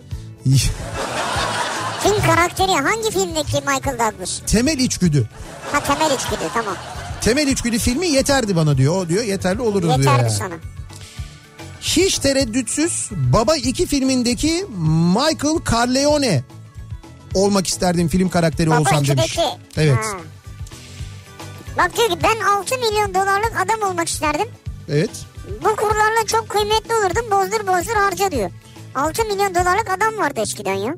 Film karakteri hangi filmdeki Michael Douglas? Temel İçgüdü. Temel İçgüdü, tamam. Temel İçgüdü filmi yeterdi bana diyor. O diyor yeterli olurdu diyor. Yeterli sana. Hiç tereddütsüz Baba 2 filmindeki Michael Corleone olmak isterdim film karakteri Baba olsam 2'deki. demiş. Evet. Bak diyor ki ben 6 milyon dolarlık adam olmak isterdim. Evet. Bu kurlarla çok kıymetli olurdum, bozdur harca diyor. 6 milyon dolarlık adam vardı eskiden ya.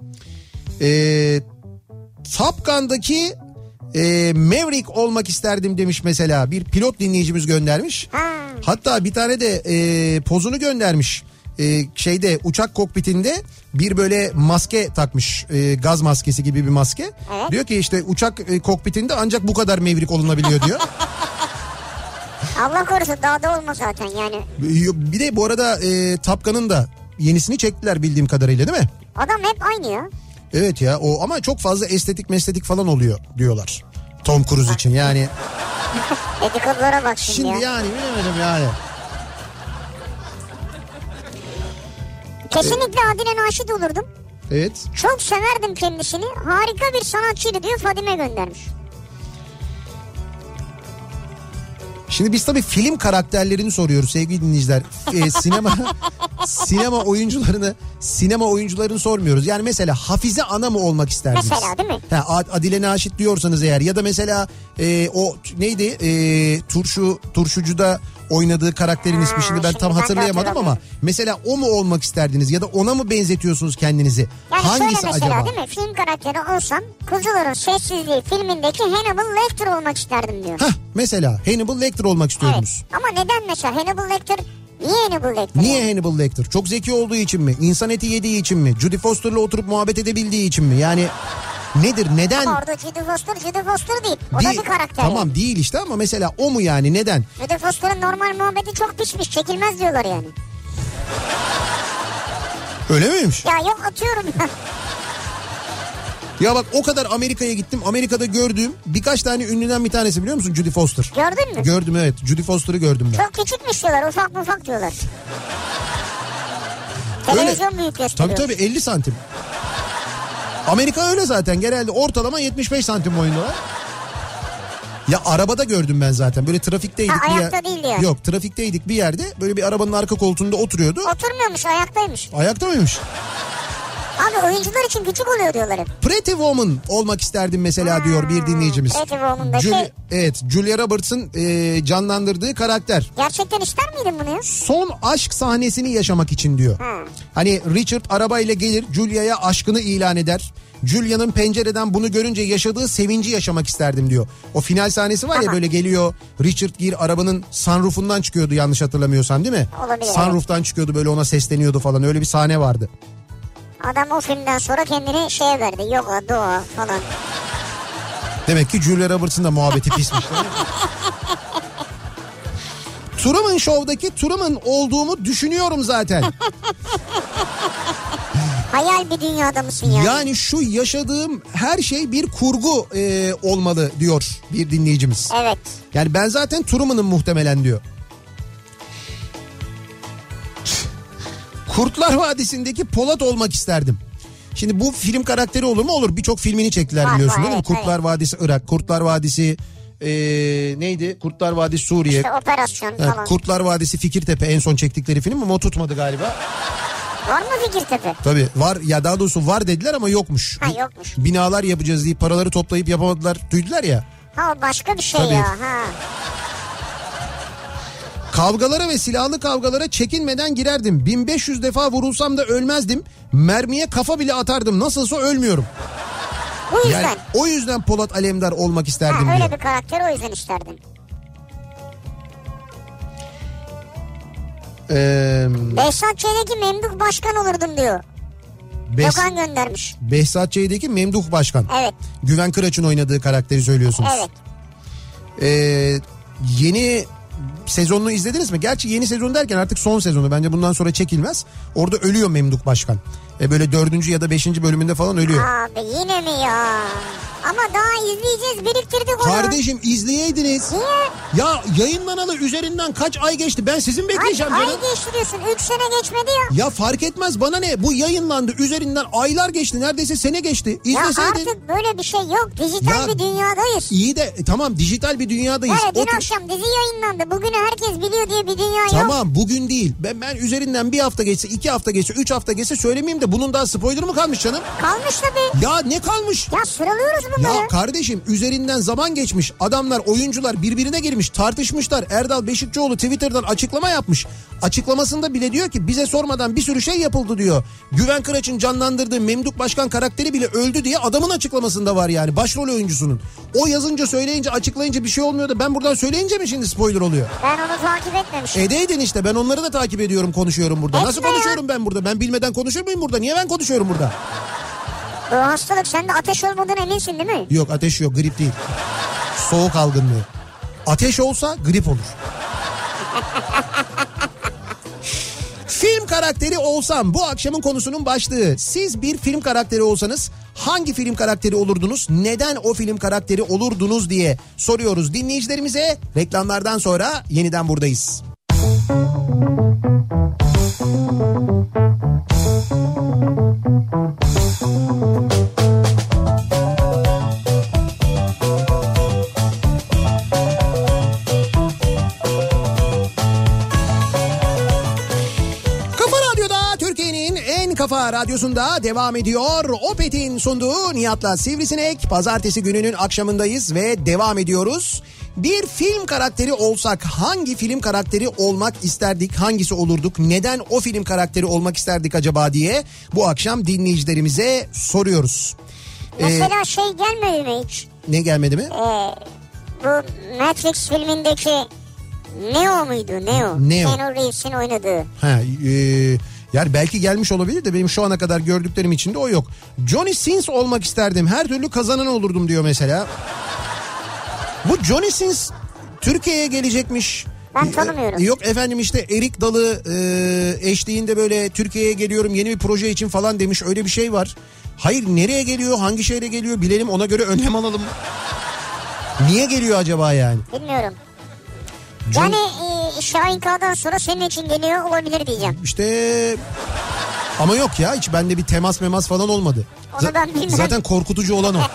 Top Gun'daki Maverick olmak isterdim demiş mesela. Bir pilot dinleyicimiz göndermiş. Hatta bir tane de pozunu göndermiş. Uçak kokpitinde bir böyle maske takmış, gaz maskesi gibi bir maske. Evet. Diyor ki işte uçak kokpitinde ancak bu kadar Maverick olunabiliyor diyor. Allah korusun, daha da olmaz zaten yani. Bir de bu arada Top Gun'ın da yenisini çektiler bildiğim kadarıyla, değil mi? Adam hep aynı ya. Evet ya, o ama çok fazla estetik falan oluyor diyorlar. Tom Cruise için yani. Dedikodulara bak şimdi ya. Yani bilemedim yani. Kesinlikle Adile Naşit olurdum. Evet. Çok severdim kendisini. Harika bir sanatçıydı diyor, Fadime göndermiş. Şimdi biz tabii film karakterlerini soruyoruz sevgili dinleyiciler. Sinema oyuncularını sormuyoruz. Yani mesela Hafize Ana mı olmak isterdiniz? Mesela değil mi? Adile Naşit diyorsanız eğer, ya da mesela o neydi? Turşucu'da oynadığı karakterin ismi şimdi ben tam hatırlayamadım ama mesela o mu olmak isterdiniz ya da ona mı benzetiyorsunuz kendinizi? Yani hangisi şöyle mesela acaba? Değil mi? Film karakteri olsam Kuzuların Sessizliği filmindeki Hannibal Lecter olmak isterdim diyor. Mesela Hannibal Lecter olmak istiyordunuz. Evet. Ama neden mesela Hannibal Lecter? Niye Hannibal Lecter? Niye Hannibal Lecter? Çok zeki olduğu için mi? İnsan eti yediği için mi? Judy Foster'la oturup muhabbet edebildiği için mi? Yani nedir? Neden? Ama orada Judy Foster değil. O da bir karakter. Tamam değil işte ama mesela o mu yani? Neden? Judy Foster'ın normal muhabbeti çok pişmiş. Çekilmez diyorlar yani. Öyle miymiş? Ya yok, atıyorum ya. Ya bak o kadar Amerika'ya gittim. Amerika'da gördüğüm birkaç tane ünlüden bir tanesi biliyor musun? Judy Foster. Gördün mü? Gördüm evet. Judy Foster'ı gördüm ben. Çok küçükmüş diyorlar. Ufak diyorlar. Televizyon büyük gösteriyor. Tabii 50 santim. Amerika öyle zaten. Genelde ortalama 75 santim boyundalar. Ya arabada gördüm ben zaten. Böyle trafikteydik. Ayakta değildi yani. Yok, trafikteydik bir yerde. Böyle bir arabanın arka koltuğunda oturuyordu. Oturmuyormuş, ayaktaymış. Ayakta mıymış? Abi oyuncular için küçük oluyor diyorlar hep. Pretty Woman olmak isterdim mesela diyor bir dinleyicimiz. Pretty Woman'daki... Evet, Julia Roberts'ın canlandırdığı karakter. Gerçekten ister miydin bunu ya? Son aşk sahnesini yaşamak için diyor. Hani Richard arabayla gelir, Julia'ya aşkını ilan eder. Julia'nın pencereden bunu görünce yaşadığı sevinci yaşamak isterdim diyor. O final sahnesi var ya, böyle geliyor Richard Gere arabanın sunroofundan çıkıyordu yanlış hatırlamıyorsam, değil mi? Olabilir. Sunroof'tan çıkıyordu, böyle ona sesleniyordu falan, öyle bir sahne vardı. Adam o filmden sonra kendini şeye verdi. Yoga, doğa falan. Demek ki Julia Roberts'ın da muhabbeti pismiş. Truman Show'daki Truman olduğumu düşünüyorum zaten. Hayal bir dünyada mısın yani? Yani şu yaşadığım her şey bir kurgu olmalı diyor bir dinleyicimiz. Evet. Yani ben zaten Truman'ım muhtemelen diyor. Kurtlar Vadisi'ndeki Polat olmak isterdim. Şimdi bu film karakteri olur mu? Olur. Birçok filmini çektiler biliyorsun değil mi? Evet, Kurtlar Vadisi Irak, Kurtlar Vadisi neydi? Kurtlar Vadisi Suriye. İşte operasyon falan. Kurtlar Vadisi Fikirtepe en son çektikleri film ama o tutmadı galiba. Var mı Fikirtepe? Tabii var, ya daha doğrusu var dediler ama yokmuş. Ha, yokmuş. Binalar yapacağız diye paraları toplayıp yapamadılar, duydular ya. Ha, o başka bir şey Tabii. ya. Ha. Kavgalara ve silahlı kavgalara çekinmeden girerdim. 1500 defa vurulsam da ölmezdim. Mermiye kafa bile atardım. Nasılsa ölmüyorum. Bu yüzden. Yani o yüzden Polat Alemdar olmak isterdim öyle diyor. bir karakter, o yüzden isterdim. Behzat Ç'deki Memduh Başkan olurdum diyor. Gökhan göndermiş. Behzat Ç'deki Memduh Başkan. Evet. Güven Kıraç'ın oynadığı karakteri söylüyorsunuz. Evet. Yeni sezonunu izlediniz mi? Gerçi yeni sezon derken artık son sezonu. Bence bundan sonra çekilmez. Orada ölüyor Memduh Başkan. Böyle 4. ya da 5. bölümünde falan ölüyor. Abi yine mi ya? Ama daha izleyeceğiz, biriktirdik onu. Kardeşim izleyeydiniz. Niye? Ya yayınlanalı üzerinden kaç ay geçti? Ben sizin bekleyeceğim. Ay geçti diyorsun. 3 sene geçmedi ya. Ya fark etmez, bana ne? Bu yayınlandı. Üzerinden aylar geçti. Neredeyse sene geçti. İzleseydin. Ya artık böyle bir şey yok. Dijital bir dünyadayız. İyi de tamam, dijital bir dünyadayız. Evet, dün akşam dizi yayınlandı. Bugünü herkes biliyor diye bir dünya yok. Tamam, bugün değil. Ben üzerinden bir hafta geçse, 2 hafta geçse, 3 hafta geçse söylemeyeyim de bunun daha spoiler mı kalmış canım? Kalmış tabii. Ya ne kalmış? Ya sıralıyoruz bunları. Ya kardeşim, üzerinden zaman geçmiş. Adamlar, oyuncular birbirine girmiş, tartışmışlar. Erdal Beşikçioğlu Twitter'dan açıklama yapmış. Açıklamasında bile diyor ki bize sormadan bir sürü şey yapıldı diyor. Güven Kıraç'ın canlandırdığı Memduh Başkan karakteri bile öldü diye adamın açıklamasında var yani, başrol oyuncusunun. O yazınca, söyleyince, açıklayınca bir şey olmuyor da ben buradan söyleyince mi şimdi spoiler oluyor? Ben onu takip etmemişim. Edeydin işte, ben onları da takip ediyorum, konuşuyorum burada. Etme Nasıl konuşuyorum ben burada? Ben bilmeden konuşur muyum burada? Niye ben konuşuyorum burada? Bu hastalık, sende ateş olmadığına eminsin değil mi? Yok, ateş yok, grip değil. Soğuk algınlığı. Ateş olsa grip olur. Film karakteri olsam, bu akşamın konusunun başlığı. Siz bir film karakteri olsanız hangi film karakteri olurdunuz? Neden o film karakteri olurdunuz diye soruyoruz dinleyicilerimize. Reklamlardan sonra yeniden buradayız. Kafa Radyosu'nda devam ediyor. Opet'in sunduğu Nihat'la Sivrisinek. Pazartesi gününün akşamındayız ve devam ediyoruz. Bir film karakteri olsak hangi film karakteri olmak isterdik? Hangisi olurduk? Neden o film karakteri olmak isterdik acaba diye bu akşam dinleyicilerimize soruyoruz. Mesela şey gelmedi mi hiç? Ne gelmedi mi? Bu Matrix filmindeki Neo muydu? Neo. Keanu Reeves'in oynadığı. Yani belki gelmiş olabilir de benim şu ana kadar gördüklerim içinde o yok. Johnny Sins olmak isterdim. Her türlü kazanan olurdum diyor mesela. Bu Johnny Sins Türkiye'ye gelecekmiş. Ben tanımıyorum. Yok efendim işte erik dalı eşliğinde böyle Türkiye'ye geliyorum yeni bir proje için falan demiş, öyle bir şey var. Hayır, nereye geliyor, hangi şehre geliyor bilelim, ona göre önlem alalım. Niye geliyor acaba yani? Bilmiyorum. Yani Şahin K'dan sonra senin için geliyor olabilir diyeceğim. İşte ama yok ya, hiç bende bir temas falan olmadı. Onu ben bilmem. Zaten korkutucu olan o.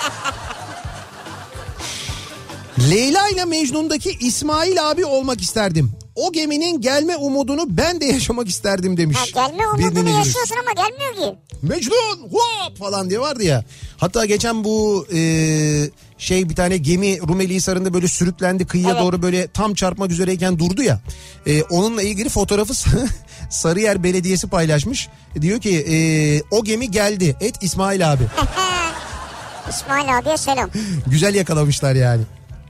Leyla ile Mecnun'daki İsmail abi olmak isterdim. O geminin gelme umudunu ben de yaşamak isterdim demiş. Ha, gelme umudunu yaşıyorsun ama gelmiyor ki. Mecnun hop falan diye vardı ya. Hatta geçen bu bir tane gemi Rumeli Hisarı'nda böyle sürüklendi kıyıya doğru, böyle tam çarpmak üzereyken durdu ya. Onunla ilgili fotoğrafı Sarıyer Belediyesi paylaşmış. Diyor ki o gemi geldi. İsmail abi. İsmail abiye selam. Güzel yakalamışlar yani.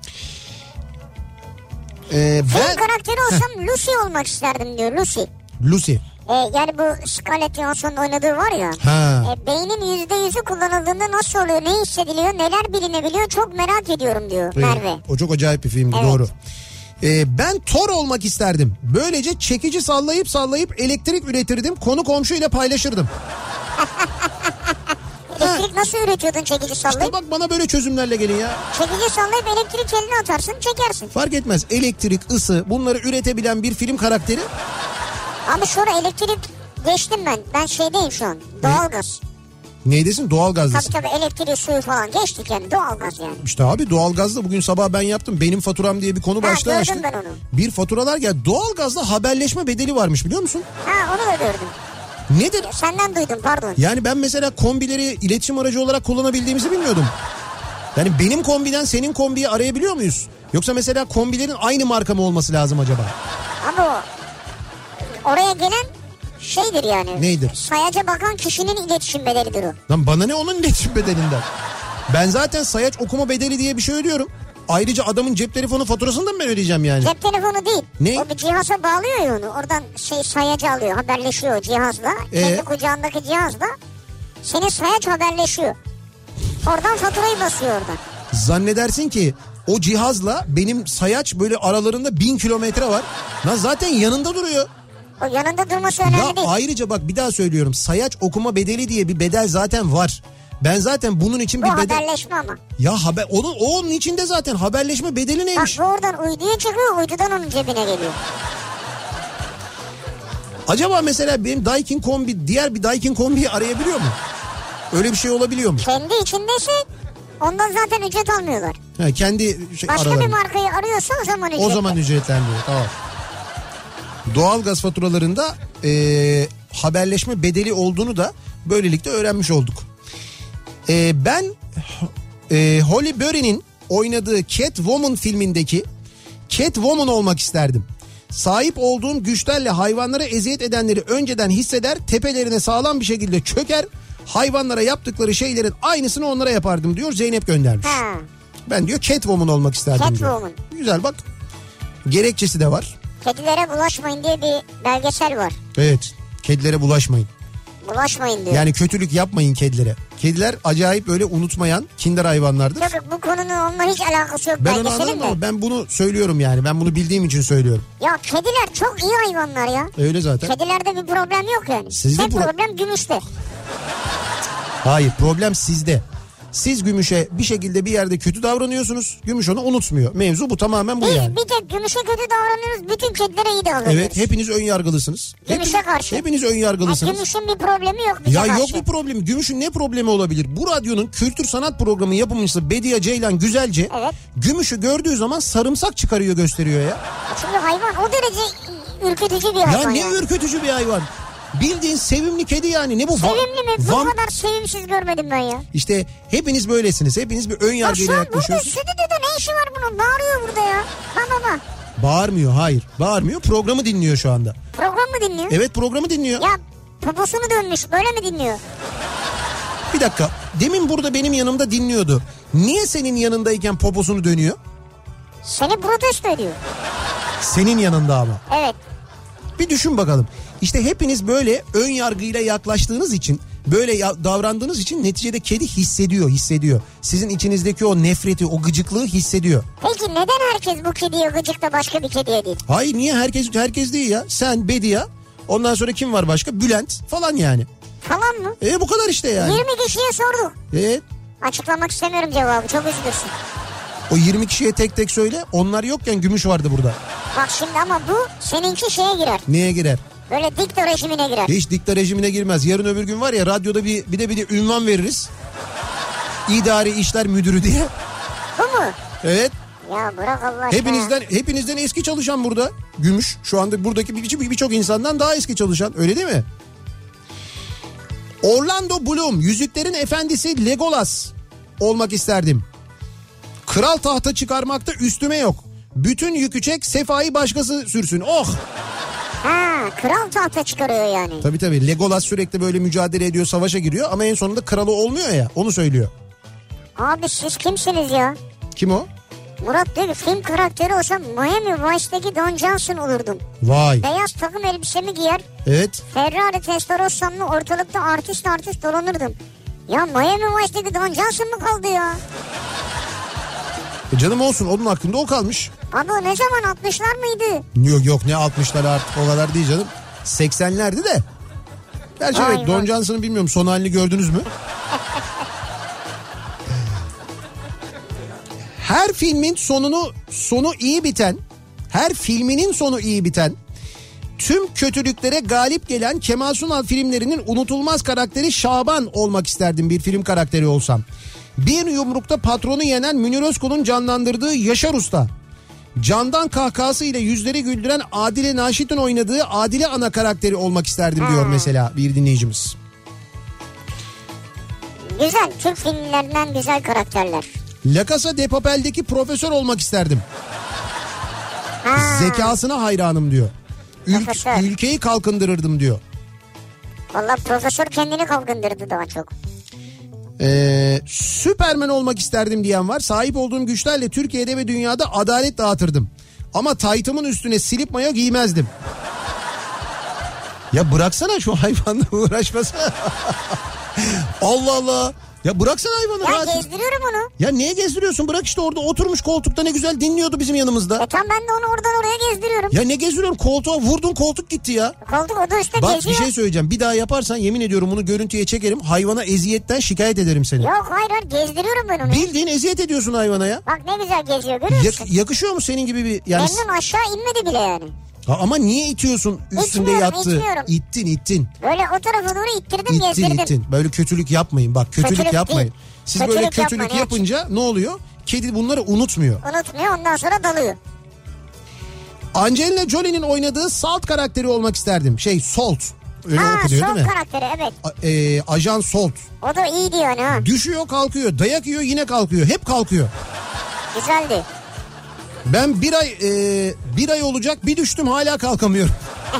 Film karakteri olsam Lucy olmak isterdim diyor, Lucy. Lucy. Yani bu Scarlett Johansson'un oynadığı var ya. Beynin %100'ü kullanıldığında nasıl oluyor, ne hissediliyor, neler bilinebiliyor çok merak ediyorum diyor Merve. O çok acayip bir filmdi, evet. Doğru. Ben Thor olmak isterdim. Böylece çekici sallayıp elektrik üretirdim. Konu komşuyla paylaşırdım. Elektrik nasıl üretiyordun çekici sallayıp? İşte bak, bana böyle çözümlerle gelin ya. Çekici sallayıp elektrik eline atarsın, çekersin. Fark etmez. Elektrik, ısı, bunları üretebilen bir film karakteri. Abi sonra elektrik geçtim ben. Ben şeydeyim şu an. Doğalgaz. Neydesin? Doğalgazdasın. Tabii elektriği, suyu falan geçtik yani, doğalgaz yani. İşte abi doğalgazda bugün sabah ben yaptım. Benim faturam diye bir konu başlığı açtım. Ben onu. Bir faturalar geldi. Doğalgazda haberleşme bedeli varmış, biliyor musun? Ha, onu da gördüm. Nedir? Senden duydum, pardon. Yani ben mesela kombileri iletişim aracı olarak kullanabildiğimizi bilmiyordum. Yani benim kombiden senin kombiyi arayabiliyor muyuz? Yoksa mesela kombilerin aynı marka mı olması lazım acaba? Ama oraya gelen şeydir yani. Neydir? Sayaca bakan kişinin iletişim bedelidir o. Lan bana ne onun iletişim bedelinden? Ben zaten sayaç okuma bedeli diye bir şey ödüyorum. Ayrıca adamın cep telefonu faturasını da mı ben ödeyeceğim yani? Cep telefonu değil. Ne? O bir cihaza bağlıyor ya onu. Oradan sayacı alıyor, haberleşiyor cihazla. Kendi kucağındaki cihazla. Senin sayaç haberleşiyor. Oradan faturayı basıyor oradan. Zannedersin ki o cihazla benim sayaç böyle aralarında 1000 kilometre var. Lan zaten yanında duruyor. O yanında durması önemli değil. Ayrıca bak, bir daha söylüyorum. Sayaç okuma bedeli diye bir bedel zaten var. Ben zaten bunun için bir bedel... haberleşme ama. Ya onun içinde zaten haberleşme bedeli neymiş? Bak bu oradan uyduya çıkıyor, uydudan onun cebine geliyor. Acaba mesela benim Daikin kombi diğer bir Daikin kombiyi arayabiliyor mu? Öyle bir şey olabiliyor mu? Kendi içindeyse ondan zaten ücret almıyorlar. Kendi başka aralarında. Bir markayı arıyorsa o zaman ücretli. O zaman ücretlenmiyor, tamam. Doğalgaz faturalarında haberleşme bedeli olduğunu da böylelikle öğrenmiş olduk. Ben Halle Berry'nin oynadığı Catwoman filmindeki Catwoman olmak isterdim. Sahip olduğum güçlerle hayvanlara eziyet edenleri önceden hisseder, tepelerine sağlam bir şekilde çöker, hayvanlara yaptıkları şeylerin aynısını onlara yapardım diyor, Zeynep göndermiş. Ben diyor Catwoman olmak isterdim. Catwoman. Diyor. Güzel bak. Gerekçesi de var. Kedilere bulaşmayın diye bir belgesel var. Evet. Kedilere bulaşmayın. Bulaşmayın diyor. Yani kötülük yapmayın kedilere. Kediler acayip böyle unutmayan kinder hayvanlardır. Yok, bu konunun onunla hiç alakası yok. Ben onu anladım ama ben bunu söylüyorum yani. Ben bunu bildiğim için söylüyorum. Ya kediler çok iyi hayvanlar ya. Öyle zaten. Kedilerde bir problem yok yani. Sizde problem gümüşte. Hayır, problem sizde. Siz Gümüş'e bir şekilde bir yerde kötü davranıyorsunuz. Gümüş onu unutmuyor. Mevzu bu, tamamen bu yani. Biz bir tek Gümüş'e kötü davranıyoruz. Bütün kedilere iyi davranıyoruz. Evet, hepiniz ön yargılısınız. Gümüş'e karşı. Hepiniz ön yargılısınız. Gümüş'ün bir problemi yok bize karşı. Yok bir problemi. Gümüş'ün ne problemi olabilir? Bu radyonun kültür sanat programı yapımcısı Bediye Ceylan Güzelce. Evet. Gümüş'ü gördüğü zaman sarımsak çıkarıyor, gösteriyor ya. Çünkü hayvan o derece ürkütücü bir hayvan. Ya ne ürkütücü bir hayvan. Bildiğin sevimli kedi yani. Ne bu? Sevimli mi? Bu kadar sevimsiz görmedim ben ya. İşte hepiniz böylesiniz. Hepiniz bir ön yargıyla yaklaşıyorsunuz. Burada stüdyoda ne işi var bunun? Bağırıyor burada ya. Baba. Bağırmıyor, hayır. Bağırmıyor. Programı dinliyor şu anda. Program mı dinliyor? Evet, programı dinliyor. Ya poposunu dönmüş, böyle mi dinliyor? Bir dakika. Demin burada benim yanımda dinliyordu. Niye senin yanındayken poposunu dönüyor? Seni protesto ediyor. Senin yanında ama. Evet. Bir düşün bakalım. İşte hepiniz böyle ön yargıyla yaklaştığınız için böyle davrandığınız için neticede kedi hissediyor. Sizin içinizdeki o nefreti, o gıcıklığı hissediyor. Peki neden herkes bu kediye gıcık da başka bir kediye değil? Hayır, niye herkes değil ya? Sen, Bediye, ondan sonra kim var başka? Bülent falan yani. Falan mı? Bu kadar işte yani. 20 kişiye sorduk. Evet. Açıklamak istemiyorum cevabı, çok üzülürsün. O 20 kişiye tek tek söyle. Onlar yokken Gümüş vardı burada. Bak şimdi ama bu seninki şeye girer. Neye girer? Böyle dikta rejimine girer. Hiç dikta rejimine girmez. Yarın öbür gün var ya, radyoda bir de ünvan veririz. İdari İşler Müdürü diye. Bu mu? Evet. Ya bırak Allah aşkına. Hepinizden eski çalışan burada. Gümüş. Şu anda buradaki birçok insandan daha eski çalışan. Öyle değil mi? Orlando Bloom, Yüzüklerin Efendisi Legolas olmak isterdim. Kral tahta çıkarmakta üstüme yok. Bütün yükü çek, sefayı başkası sürsün. Oh! Ha, kral tahta çıkarıyor yani. Tabii. Legolas sürekli böyle mücadele ediyor, savaşa giriyor ama en sonunda kralı olmuyor ya. Onu söylüyor. Abi siz kimsiniz ya? Kim o? Murat diyor ki film karakteri olsam Miami Vice'deki Don Johnson olurdum. Vay. Beyaz takım elbisemi giyer. Evet. Ferrari Testarossa'mla ortalıkta artist dolanırdım. Ya Miami Vice'deki Don Johnson mı kaldı ya? Canım olsun, onun hakkında o kalmış. Abi o ne zaman, 60'lar mıydı? Yok ne 60'lar, artık o kadar değil canım. 80'lerdi de. Gerçi evet, Don Johnson'ı bilmiyorum, son halini gördünüz mü? Her filminin sonu iyi biten, tüm kötülüklere galip gelen Kemal Sunal filmlerinin unutulmaz karakteri Şaban olmak isterdim bir film karakteri olsam. Bir yumrukta patronu yenen Münir Özkul'un canlandırdığı Yaşar Usta. Candan kahkahası ile yüzleri güldüren Adile Naşit'in oynadığı Adile ana karakteri olmak isterdim diyor mesela bir dinleyicimiz. Güzel, Türk filmlerinden güzel karakterler. La Casa de Papel'deki profesör olmak isterdim. Zekasına hayranım diyor. Ülkeyi kalkındırırdım diyor. Vallahi profesör kendini kalkındırdı daha çok. Süperman olmak isterdim diyen var. Sahip olduğum güçlerle Türkiye'de ve dünyada adalet dağıtırdım. Ama taytımın üstüne silip mayo giymezdim. Ya bıraksana şu hayvanla uğraşmasana. Allah Allah. Ya bıraksana hayvanı. Ya rahat. Gezdiriyorum onu. Ya niye gezdiriyorsun? Bırak işte, orada oturmuş koltukta ne güzel dinliyordu bizim yanımızda. Tamam, ben de onu oradan oraya gezdiriyorum. Ya ne gezdiriyorsun? Koltuğa vurdun, koltuk gitti ya. Koltuk o da işte bak, geziyor. bir şey söyleyeceğim. Bir daha yaparsan yemin ediyorum bunu görüntüye çekerim. Hayvana eziyetten şikayet ederim seni. Yok hayır, gezdiriyorum ben onu. Bildiğin eziyet ediyorsun hayvana ya. Bak ne güzel geziyor, görüyor musun? Yakışıyor mu senin gibi bir... Yani... Memnun, aşağı inmedi bile yani. Ama niye itiyorsun, üstünde yattı? İttin. Böyle o tarafa doğru ittirdim, gezdirdim. İttin. Böyle kötülük yapmayın, bak kötülük yapmayın. Değil. Siz böyle kötülük yapınca ne oluyor? Kedi bunları unutmuyor. Ondan sonra dalıyor. Angelina Jolie'nin oynadığı Salt karakteri olmak isterdim. Salt. Öyle okunuyor Salt değil mi? karakteri, evet. Ajan Salt. O da iyi diyor yani ha. Düşüyor kalkıyor, dayak yiyor yine kalkıyor. Hep kalkıyor. Güzeldi. Ben bir ay olacak, bir düştüm hala kalkamıyorum.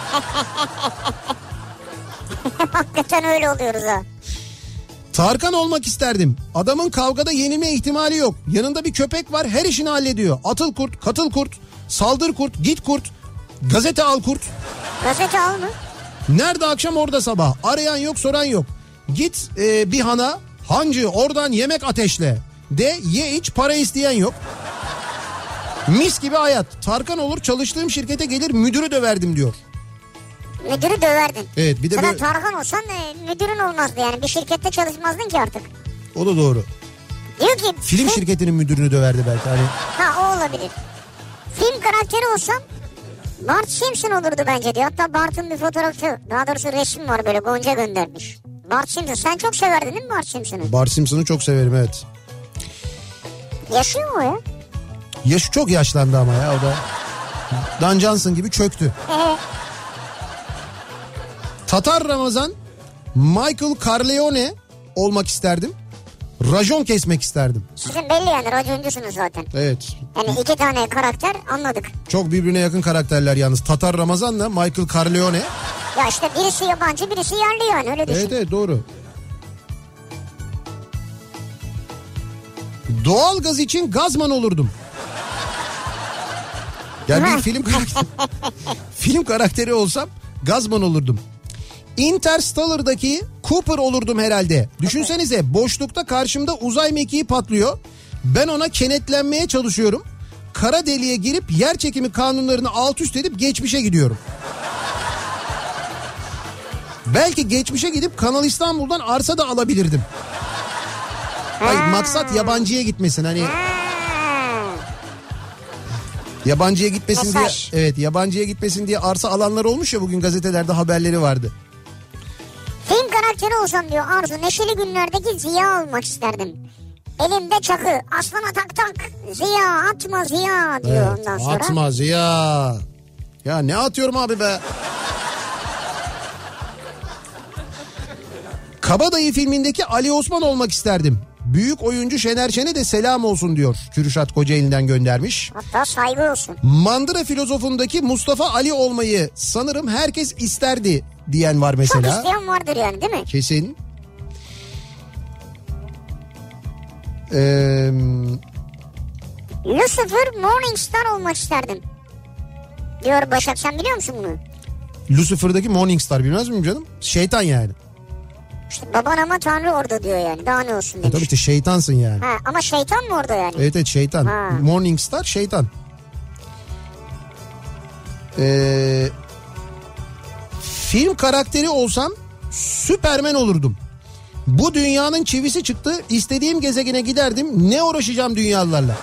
Hakikaten öyle oluyoruz ha. Tarkan olmak isterdim. Adamın kavgada yenilme ihtimali yok. Yanında bir köpek var, her işini hallediyor. Atıl kurt, katıl kurt, saldır kurt, git kurt, gazete al kurt. Gazete al mı? Nerede akşam orada sabah. Arayan yok, soran yok. Git bir hana, hancı oradan yemek ateşle. De ye iç, para isteyen yok. Mis gibi hayat. Tarkan olur, çalıştığım şirkete gelir, müdürü döverdim diyor. Müdürü döverdin. Evet, bir de böyle... Tarkan olsan müdürün olmazdı yani. Bir şirkette çalışmazdın ki artık. O da doğru. Diyor ki... Film şirketinin müdürünü döverdi belki. Hani... Ha, o olabilir. Film karakteri olsam Bart Simpson olurdu bence diyor. Hatta Bart'ın bir fotoğrafı, daha doğrusu resim var, böyle Gonca göndermiş. Bart Simpson, sen çok severdin değil mi Bart Simpson'ı? Bart Simpson'ı çok severim, evet. Yaşıyor mu o ya? Yaşı çok yaşlandı ama ya, o da. Don Johnson gibi çöktü. Tatar Ramazan, Michael Corleone olmak isterdim. Racon kesmek isterdim. Sizin belli yani, raconcusunuz zaten. Evet. Yani iki tane karakter, anladık. Çok birbirine yakın karakterler yalnız. Tatar Ramazan'la Michael Corleone. Ya işte birisi yabancı, birisi yerli yani, öyle düşün. Evet doğru. Doğalgaz için gazman olurdum. Yani bir film karakteri olsam gazman olurdum. Interstellar'daki Cooper olurdum herhalde. Düşünsenize, boşlukta karşımda uzay mekiği patlıyor. Ben ona kenetlenmeye çalışıyorum. Kara deliğe girip yer çekimi kanunlarını alt üst edip geçmişe gidiyorum. Belki geçmişe gidip Kanal İstanbul'dan arsa da alabilirdim. Hayır, maksat yabancıya gitmesin hani. Yabancıya gitmesin diye, evet, yabancıya gitmesin diye arsa alanlar olmuş ya, bugün gazetelerde haberleri vardı. Film karakteri olsam diyor Arzu, neşeli günlerdeki Ziya olmak isterdim. Elimde çakı, aslana tak tak, Ziya atma Ziya diyor, evet, ondan sonra. Atma Ziya. Ya ne atıyorum abi be. Kabadayı filmindeki Ali Osman olmak isterdim. Büyük oyuncu Şener Şen'e de selam olsun diyor. Kürşat Kocaeli'nden göndermiş. Hatta saygı olsun. Mandıra Filozofundaki Mustafa Ali olmayı sanırım herkes isterdi diyen var mesela. Çok isteyen vardır yani, değil mi? Kesin. Lucifer Morningstar olmak isterdim diyor Başak, sen biliyor musun bunu? Lucifer'daki Morningstar bilmez miyim canım? Şeytan yani. İşte baban ama Tanrı orada diyor yani, daha ne olsun demiş. Tabii işte şeytansın yani. Ha, ama şeytan mı orada yani? Evet evet, şeytan. Ha. Morningstar şeytan. Film karakteri olsam Süpermen olurdum. Bu dünyanın çivisi çıktı, istediğim gezegene giderdim, ne uğraşacağım dünyalılarla.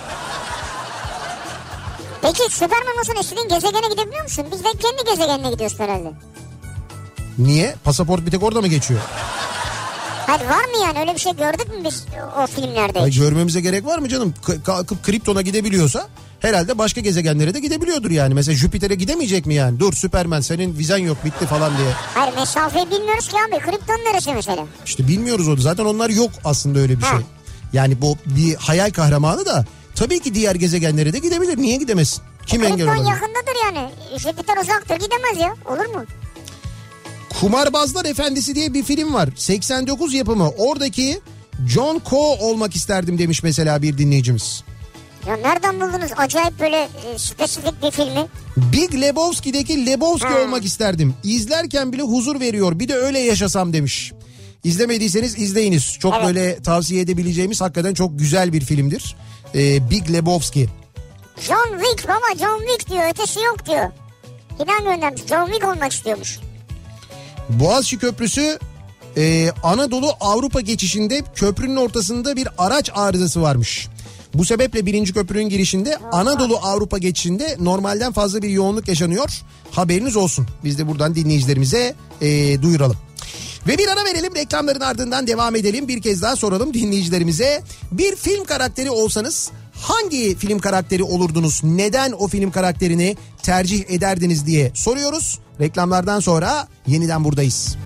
Peki Süpermen olsun, istediğin gezegene gidebiliyor musun? Biz de kendi gezegenine gidiyoruz herhalde. Niye? Pasaport bir tek orada mı geçiyor? Hayır, var mı yani, öyle bir şey gördük mü biz o filmlerde? Hayır, görmemize gerek var mı canım? Kalkıp Krypton'a gidebiliyorsa herhalde başka gezegenlere de gidebiliyordur yani. Mesela Jüpiter'e gidemeyecek mi yani? Dur Süpermen, senin vizen yok, bitti falan diye. Hayır, mesafeyi bilmiyoruz ki abi. Krypton neresi mesela? İşte bilmiyoruz onu. Zaten onlar yok aslında, öyle bir şey. Yani bu bir hayal kahramanı da tabii ki diğer gezegenlere de gidebilir. Niye gidemesin? Kim engel olabilir? Krypton yakındadır yani. Jüpiter uzaktır, gidemez ya. Olur mu? Kumarbazlar Efendisi diye bir film var. 89 yapımı. Oradaki John Coe olmak isterdim demiş mesela bir dinleyicimiz. Ya nereden buldunuz acayip böyle spesifik bir filmi? Big Lebowski'deki Lebowski olmak isterdim. İzlerken bile huzur veriyor. Bir de öyle yaşasam demiş. İzlemediyseniz izleyiniz. Çok böyle tavsiye edebileceğimiz hakikaten çok güzel bir filmdir. Big Lebowski. John Wick baba, John Wick diyor, ötesi yok diyor. İnan göndermiş, John Wick olmak istiyormuş. Boğaziçi Köprüsü Anadolu Avrupa geçişinde köprünün ortasında bir araç arızası varmış. Bu sebeple 1. köprünün girişinde Anadolu Avrupa geçişinde normalden fazla bir yoğunluk yaşanıyor. Haberiniz olsun. Biz de buradan dinleyicilerimize duyuralım. Ve bir ara verelim, reklamların ardından devam edelim. Bir kez daha soralım dinleyicilerimize. Bir film karakteri olsanız hangi film karakteri olurdunuz? Neden o film karakterini tercih ederdiniz diye soruyoruz. Reklamlardan sonra yeniden buradayız.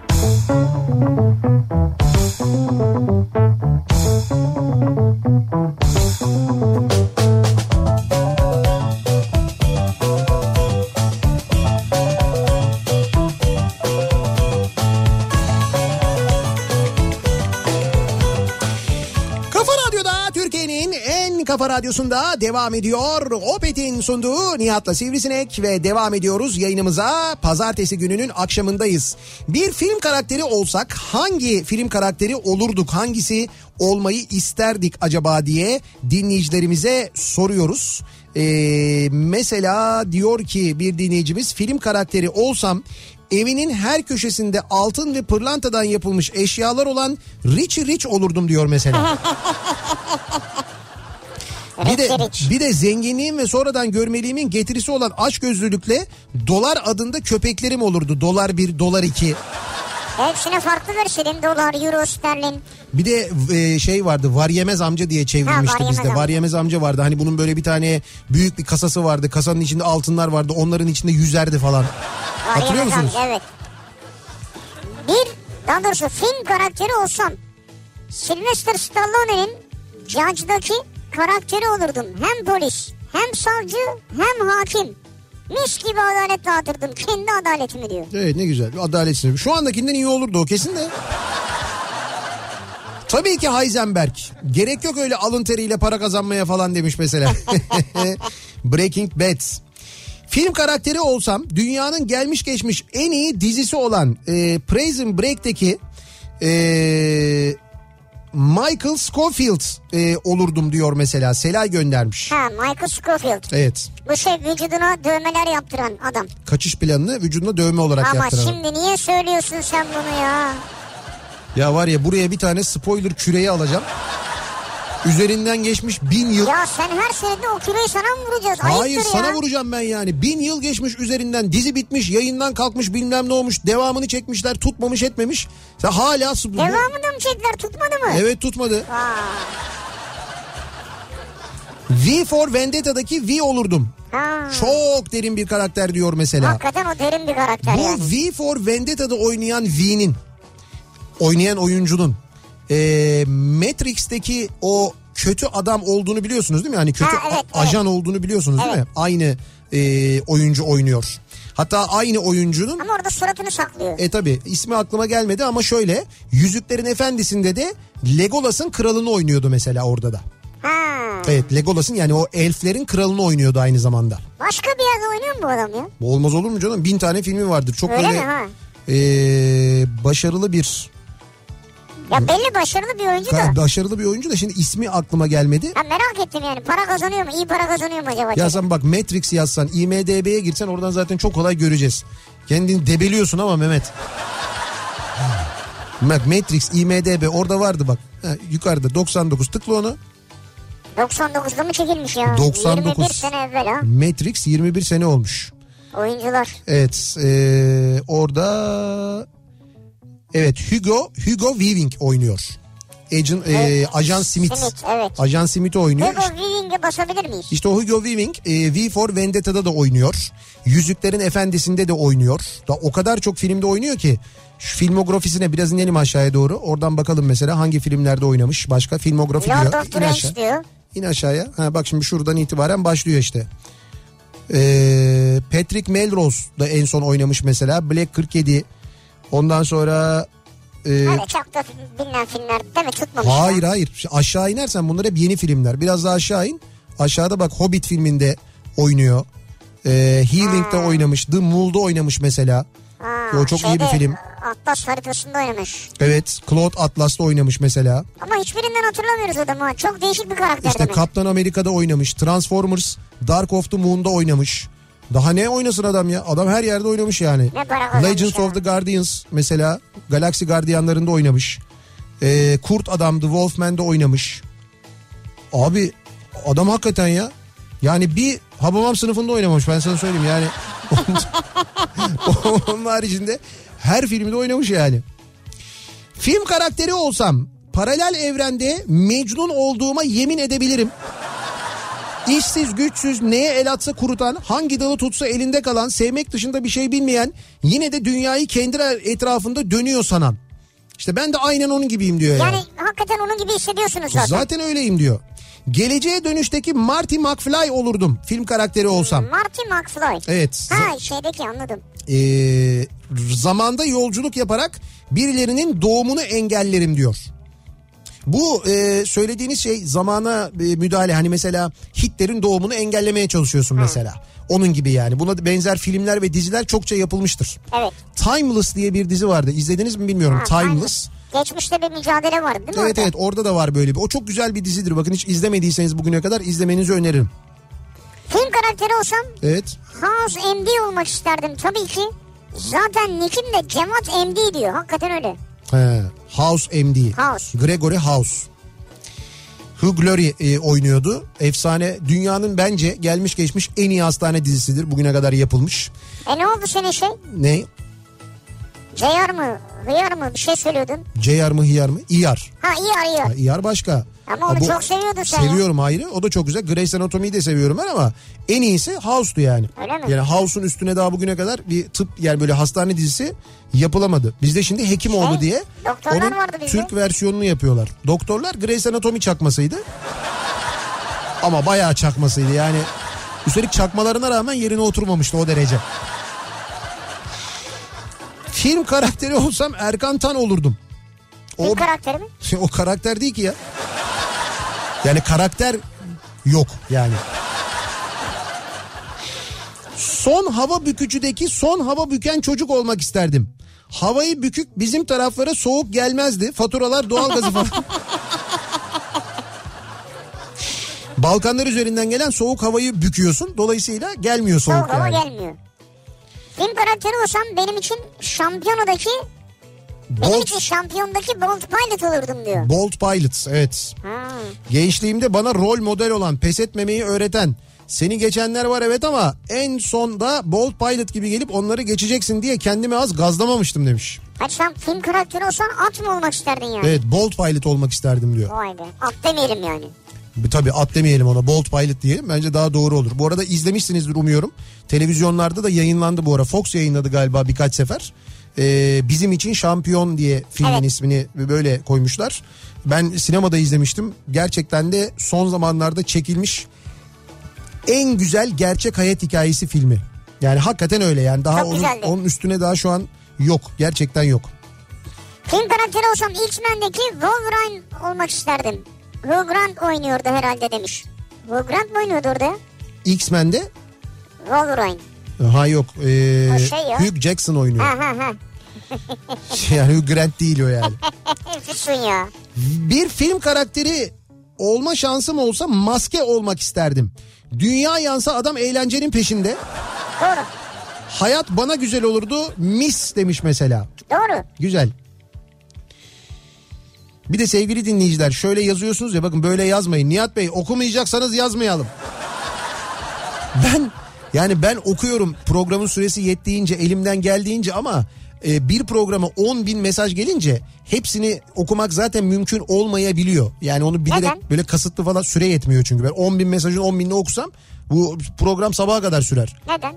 Kafa Radyosu'nda devam ediyor. Opet'in sunduğu Nihat'la Sivrisinek ve devam ediyoruz yayınımıza. Pazartesi gününün akşamındayız. Bir film karakteri olsak hangi film karakteri olurduk? Hangisi olmayı isterdik acaba diye dinleyicilerimize soruyoruz. Mesela diyor ki bir dinleyicimiz, film karakteri olsam evinin her köşesinde altın ve pırlantadan yapılmış eşyalar olan Richie Rich olurdum diyor mesela. Bir de zenginliğim ve sonradan görmeliğimin getirisi olan açgözlülükle dolar adında köpeklerim olurdu. Dolar 1, dolar 2. Hepsine farklı verseydin, dolar, euro, sterlin. Bir de şey vardı, var yemez amca diye çevrilmişti bizde. Var yemez amca vardı. Hani bunun böyle bir tane büyük bir kasası vardı. Kasanın içinde altınlar vardı. Onların içinde yüzerdi falan. Hatırlıyor musunuz? Amca, evet. Daha doğrusu film karakteri olsam Sylvester Stallone'nin Judge'daki karakteri olurdum. Hem polis, hem savcı, hem hakim. Mis gibi adalet dağıtırdım. Kendi adaletimi diyor. Evet, ne güzel. Adaletsizim. Şu andakinden iyi olurdu o kesin de. Tabii ki Heisenberg. Gerek yok öyle alın teriyle para kazanmaya falan demiş mesela. Breaking Bad. Film karakteri olsam dünyanın gelmiş geçmiş en iyi dizisi olan Prison Break'teki Michael Scofield olurdum diyor mesela. Selay göndermiş. Ha, Michael Scofield. Evet. Bu vücuduna dövmeler yaptıran adam. Kaçış planını vücuduna dövme olarak yaptıran. Ama şimdi niye söylüyorsun sen bunu ya? Ya var ya, buraya bir tane spoiler küreği alacağım. Üzerinden geçmiş 1000 yıl. Ya sen her senede o küreği sana mı vuracağız? Hayır, Ayıptır sana ya. vuracağım ben yani. 1000 yıl geçmiş üzerinden, dizi bitmiş, yayından kalkmış, bilmem ne olmuş. Devamını çekmişler, tutmamış etmemiş. Sen hala... Devamını da mı çektiler, tutmadı mı? Evet, tutmadı. Aa. V for Vendetta'daki V olurdum. Ha. Çok derin bir karakter diyor mesela. Hakikaten o derin bir karakter Bu yani. V for Vendetta'da oynayan oyuncunun Matrix'teki o kötü adam olduğunu biliyorsunuz değil mi? Yani kötü evet, ajan olduğunu biliyorsunuz değil mi? Aynı oyuncu oynuyor. Hatta aynı oyuncunun... Ama orada suratını saklıyor. Tabi ismi aklıma gelmedi ama şöyle, Yüzüklerin Efendisi'nde de Legolas'ın kralını oynuyordu mesela orada da. Ha. Evet, Legolas'ın, yani o elflerin kralını oynuyordu aynı zamanda. Başka bir yerde oynuyor mu bu adam ya? Olmaz olur mu canım? 1000 tane filmi vardır. Çok Öyle böyle mi, ha? Başarılı bir... Ya belli başarılı bir oyuncu da. Başarılı bir oyuncu da şimdi ismi aklıma gelmedi. Ya merak ettim yani, para kazanıyor mu? İyi para kazanıyor mu acaba? Ya sen bak, Matrix yazsan, IMDb'ye girsen oradan zaten çok kolay göreceğiz. Kendini debeliyorsun ama Mehmet. Bak Matrix, IMDb orada vardı bak. Ha, yukarıda 99, tıkla onu. 99'da mı çekilmiş ya? 99. 21 sene evvel ha. Matrix 21 sene olmuş. Oyuncular. Evet, orada... Evet, Hugo Weaving oynuyor. Ajan Smith. Evet. Ajan Smith'i oynuyor. Hugo Weaving'e basabilir miyiz? İşte o Hugo Weaving V for Vendetta'da da oynuyor. Yüzüklerin Efendisi'nde de oynuyor. Da o kadar çok filmde oynuyor ki. Şu filmografisine biraz inelim aşağıya doğru. Oradan bakalım mesela hangi filmlerde oynamış. Başka filmografi Lord diyor. of the Rings diyor. İn aşağıya. Ha, bak şimdi şuradan itibaren başlıyor işte. Patrick Melrose da en son oynamış mesela. Black 47. Ondan sonra... Öyle çok da bilinen filmler değil mi? Tutmamış. Hayır. Aşağı inersen bunlar hep yeni filmler. Biraz daha aşağı in. Aşağıda bak, Hobbit filminde oynuyor. Healing'de oynamış. The Mole'da oynamış mesela. O çok iyi bir film. Atlas haritasında oynamış. Evet, Cloud Atlas'ta oynamış mesela. Ama hiçbirinden hatırlamıyoruz adamı. Çok değişik bir karakter İşte demek. Kaptan Amerika'da oynamış. Transformers, Dark of the Moon'da oynamış. Daha ne oynasın adam ya? Adam her yerde oynamış yani. Ne para kazanmış Legends ya. of the Guardians mesela. Galaxy Gardiyanlarında oynamış. Kurt Adam, The Wolfman'da oynamış. Abi adam hakikaten ya. Yani bir Habamam Sınıfı'nda oynamış, ben sana söyleyeyim yani. Onun haricinde her filmde oynamış yani. Film karakteri olsam paralel evrende Mecnun olduğuma yemin edebilirim. İşsiz güçsüz, neye el atsa kurutan, hangi dalı tutsa elinde kalan, sevmek dışında bir şey bilmeyen, yine de dünyayı kendi etrafında dönüyor sanan. İşte ben de aynen onun gibiyim diyor yani. Hakikaten onun gibi hissediyorsunuz zaten. Zaten öyleyim diyor. Geleceğe Dönüş'teki Marty McFly olurdum film karakteri olsam. Marty McFly. Evet. Ha, şeydeki, anladım. Zamanda yolculuk yaparak birilerinin doğumunu engellerim diyor. Bu söylediğiniz şey zamana müdahale, hani mesela Hitler'in doğumunu engellemeye çalışıyorsun mesela. Onun gibi yani. Buna benzer filmler ve diziler çokça yapılmıştır. Evet. Timeless diye bir dizi vardı. İzlediniz mi bilmiyorum. Timeless. Geçmişte bir mücadele vardı değil mi? Evet orada? evet, orada da var böyle bir. O çok güzel bir dizidir. Bakın, hiç izlemediyseniz bugüne kadar izlemenizi öneririm. Film karakteri olsam Evet. House MD olmak isterdim tabii ki. Zaten Nick'im de Cevat MD diyor. Hakikaten öyle. House MD. House. Gregory House. Hugh Laurie oynuyordu. Efsane. Dünyanın bence gelmiş geçmiş en iyi hastane dizisidir. Bugüne kadar yapılmış. Ne oldu senin şey? Ne? Ceyar mı? Hıyar mı? Bir şey söylüyordun. Ceyar mı hıyar mı? İyar. Ha, İyar. İyar başka. Ama onu çok seviyordun sen ya. Seviyorum ayrı. O da çok güzel. Grey's Anatomy'yi de seviyorum ben ama en iyisi House'tu yani. Öyle mi? Yani House'un üstüne daha bugüne kadar bir tıp, yani böyle hastane dizisi yapılamadı. Bizde şimdi Hekimoğlu diye Doktorlar onun vardı bizde. Türk versiyonunu yapıyorlar. Doktorlar Grey's Anatomy çakmasıydı. Ama bayağı çakmasıydı yani. Üstelik çakmalarına rağmen yerine oturmamıştı, o derece. Film karakteri olsam Erkan Tan olurdum. Film karakteri mi? O karakter değil ki ya. Yani karakter yok yani. Son hava bükücüdeki son hava büken çocuk olmak isterdim. Havayı bükük, bizim taraflara soğuk gelmezdi. Faturalar doğalgazı falan. Balkanlar üzerinden gelen soğuk havayı büküyorsun. Dolayısıyla gelmiyor soğuk Soğuk hava yani. gelmiyor. Film karakteri olsam benim için şampiyondaki Bolt Pilot olurdum diyor. Bolt Pilot, evet. Ha. Gençliğimde bana rol model olan, pes etmemeyi öğreten, seni geçenler var evet ama en sonda Bolt Pilot gibi gelip onları geçeceksin diye kendimi az gazlamamıştım demiş. Hadi sen film karakteri olsan at mı olmak isterdin yani? Evet, Bolt Pilot olmak isterdim diyor. Vay be, at demeyelim yani. Tabii at demeyelim ona, Bolt Pilot diyelim, bence daha doğru olur. Bu arada izlemişsinizdir umuyorum. Televizyonlarda da yayınlandı bu ara. Fox yayınladı galiba birkaç sefer. Bizim için Şampiyon diye filmin ismini böyle koymuşlar. Ben sinemada izlemiştim. Gerçekten de son zamanlarda çekilmiş en güzel gerçek hayat hikayesi filmi. Yani hakikaten öyle yani, daha onun üstüne daha şu an yok, gerçekten yok. Film karakteri olsam X-Men'deki Wolverine olmak isterdim. Hugh Grant oynuyordu herhalde demiş. Hugh Grant mı oynuyordu orada? X-Men'de? Wolverine. Ha yok. Hugh Jackson oynuyor. Ha. Yani Hugh Grant değil o yani. Füsun ya. Bir film karakteri olma şansım olsa Maske olmak isterdim. Dünya yansa adam eğlencenin peşinde. Doğru. Hayat bana güzel olurdu. Mis demiş mesela. Doğru. Güzel. Bir de sevgili dinleyiciler şöyle yazıyorsunuz ya, bakın böyle yazmayın. Nihat Bey okumayacaksanız yazmayalım. Ben okuyorum programın süresi yettiğince, elimden geldiğince ama bir programa 10.000 mesaj gelince hepsini okumak zaten mümkün olmayabiliyor. Yani onu bilerek böyle kasıtlı falan, süre yetmiyor çünkü. Ben 10.000 mesajın 10.000'ini okusam bu program sabaha kadar sürer. Neden?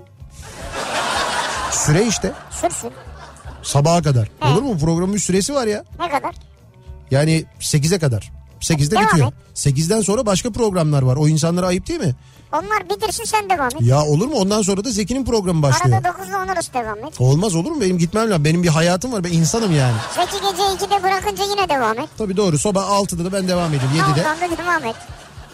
Süre işte. Sürsün. Sabaha kadar. Olur mu? Programın bir süresi var ya. Ne kadar? Yani 8'e kadar. 8'de bitiyor. 8'den sonra başka programlar var. O insanlara ayıp değil mi? Onlar bitirsin, sen devam et. Ya olur mu? Ondan sonra da Zeki'nin programı başlıyor. Arada 9'da Onuruz devam et. Olmaz olur mu? Benim gitmem lazım. Benim bir hayatım var. Ben insanım yani. Zeki gece 2'de bırakınca yine devam et. Tabii doğru. Sabah 6'da da ben devam edeyim. 7'de. Tamam, devam et.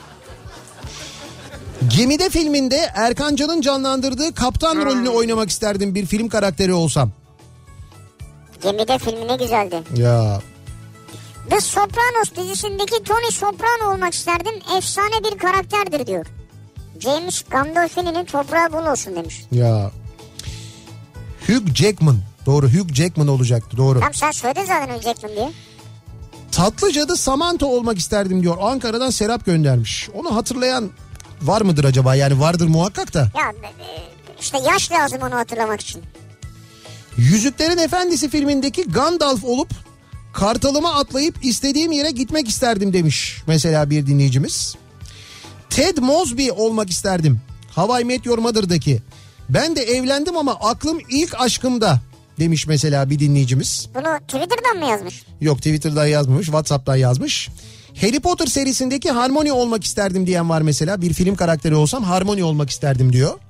Gemide filminde Erkan Can'ın canlandırdığı kaptan rolünü oynamak isterdim bir film karakteri olsam. Gemide filmi ne güzeldi. Ya. The Sopranos dizisindeki Tony Soprano olmak isterdim. Efsane bir karakterdir diyor. James Gandolfini'nin toprağı bol olsun demiş. Ya. Hugh Jackman. Doğru, Hugh Jackman olacaktı. Doğru. Tamam, sen söyledin zaten Hugh Jackman diye. Tatlıcadı Samantha olmak isterdim diyor. Ankara'dan Serap göndermiş. Onu hatırlayan var mıdır acaba? Yani vardır muhakkak da. Ya işte yaş lazım onu hatırlamak için. Yüzüklerin Efendisi filmindeki Gandalf olup kartalıma atlayıp istediğim yere gitmek isterdim demiş mesela bir dinleyicimiz. Ted Mosby olmak isterdim. How I Met Your Mother'daki. Ben de evlendim ama aklım ilk aşkımda demiş mesela bir dinleyicimiz. Bunu Twitter'dan mı yazmış? Yok, Twitter'dan yazmamış, WhatsApp'tan yazmış. Harry Potter serisindeki Hermione olmak isterdim diyen var mesela. Bir film karakteri olsam Hermione olmak isterdim diyor.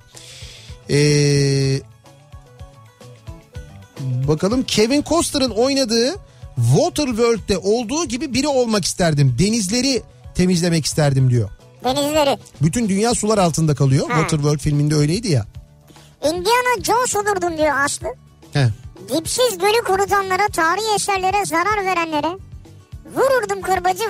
Bakalım, Kevin Costner'ın oynadığı Waterworld'de olduğu gibi biri olmak isterdim. Denizleri temizlemek isterdim diyor. Denizleri. Bütün dünya sular altında kalıyor. Waterworld filminde öyleydi ya. Indiana Jones olurdum diyor Aslı. Dipsiz gölü kurutanlara, tarihi eserlere zarar verenlere vururdum kırbacı.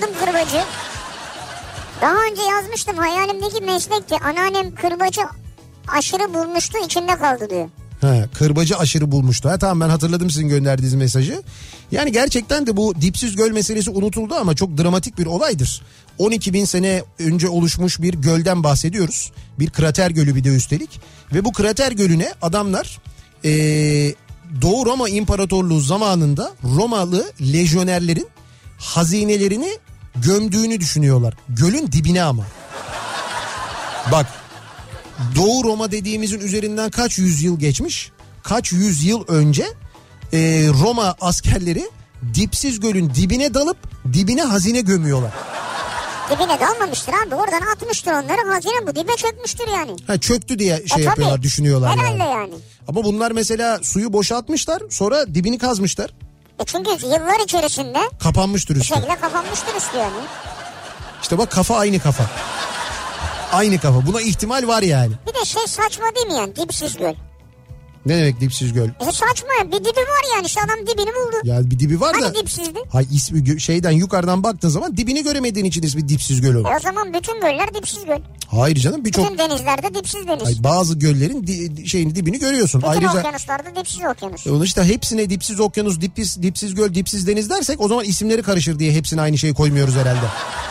Daha önce yazmıştım, hayalimdeki meslekti. Anneannem kırbacı aşırı bulmuştu, içinde kaldı diyor. Kırbacı aşırı bulmuştu. Tamam, ben hatırladım sizin gönderdiğiniz mesajı. Yani gerçekten de bu dipsiz göl meselesi unutuldu ama çok dramatik bir olaydır. 12.000 sene önce oluşmuş bir gölden bahsediyoruz. Bir krater gölü bir de üstelik. Ve bu krater gölüne adamlar Doğu Roma İmparatorluğu zamanında Romalı lejyonerlerin hazinelerini gömdüğünü düşünüyorlar. Gölün dibine ama. Bak, Doğu Roma dediğimizin üzerinden kaç yüzyıl geçmiş? Kaç yüzyıl önce Roma askerleri dipsiz gölün dibine dalıp dibine hazine gömüyorlar. Dibine dalmamıştır abi, oradan atmıştır onları, hazine bu dibe çökmüştür yani. Çöktü diye yapıyorlar, düşünüyorlar. Herhalde yani. Ama bunlar mesela suyu boşaltmışlar, sonra dibini kazmışlar. Çünkü yıllar içerisinde kapanmıştır üstü. Bir şekilde kapanmıştır üstü yani. İşte bak, kafa aynı kafa. Aynı kafa. Buna ihtimal var yani. Bir de saçma değil mi yani, dipsiz göl? Ne demek dipsiz göl? Saçma ya, bir dibi var yani, işte adam dibini buldu. Ya bir dibi var hani da. Hani dipsizdi? Hay ismi şeyden yukarıdan baktığın zaman dibini göremediğin için ismi dipsiz göl olur. O zaman bütün göller dipsiz göl. Hayır canım, birçok. Bütün denizlerde dipsiz deniz. Hayır, bazı göllerin şeyin dibini görüyorsun. Bütün Ayrıca okyanuslarda dipsiz okyanus. Onu işte hepsine dipsiz okyanus, dipsiz göl, dipsiz deniz dersek o zaman isimleri karışır diye hepsine aynı şeyi koymuyoruz herhalde.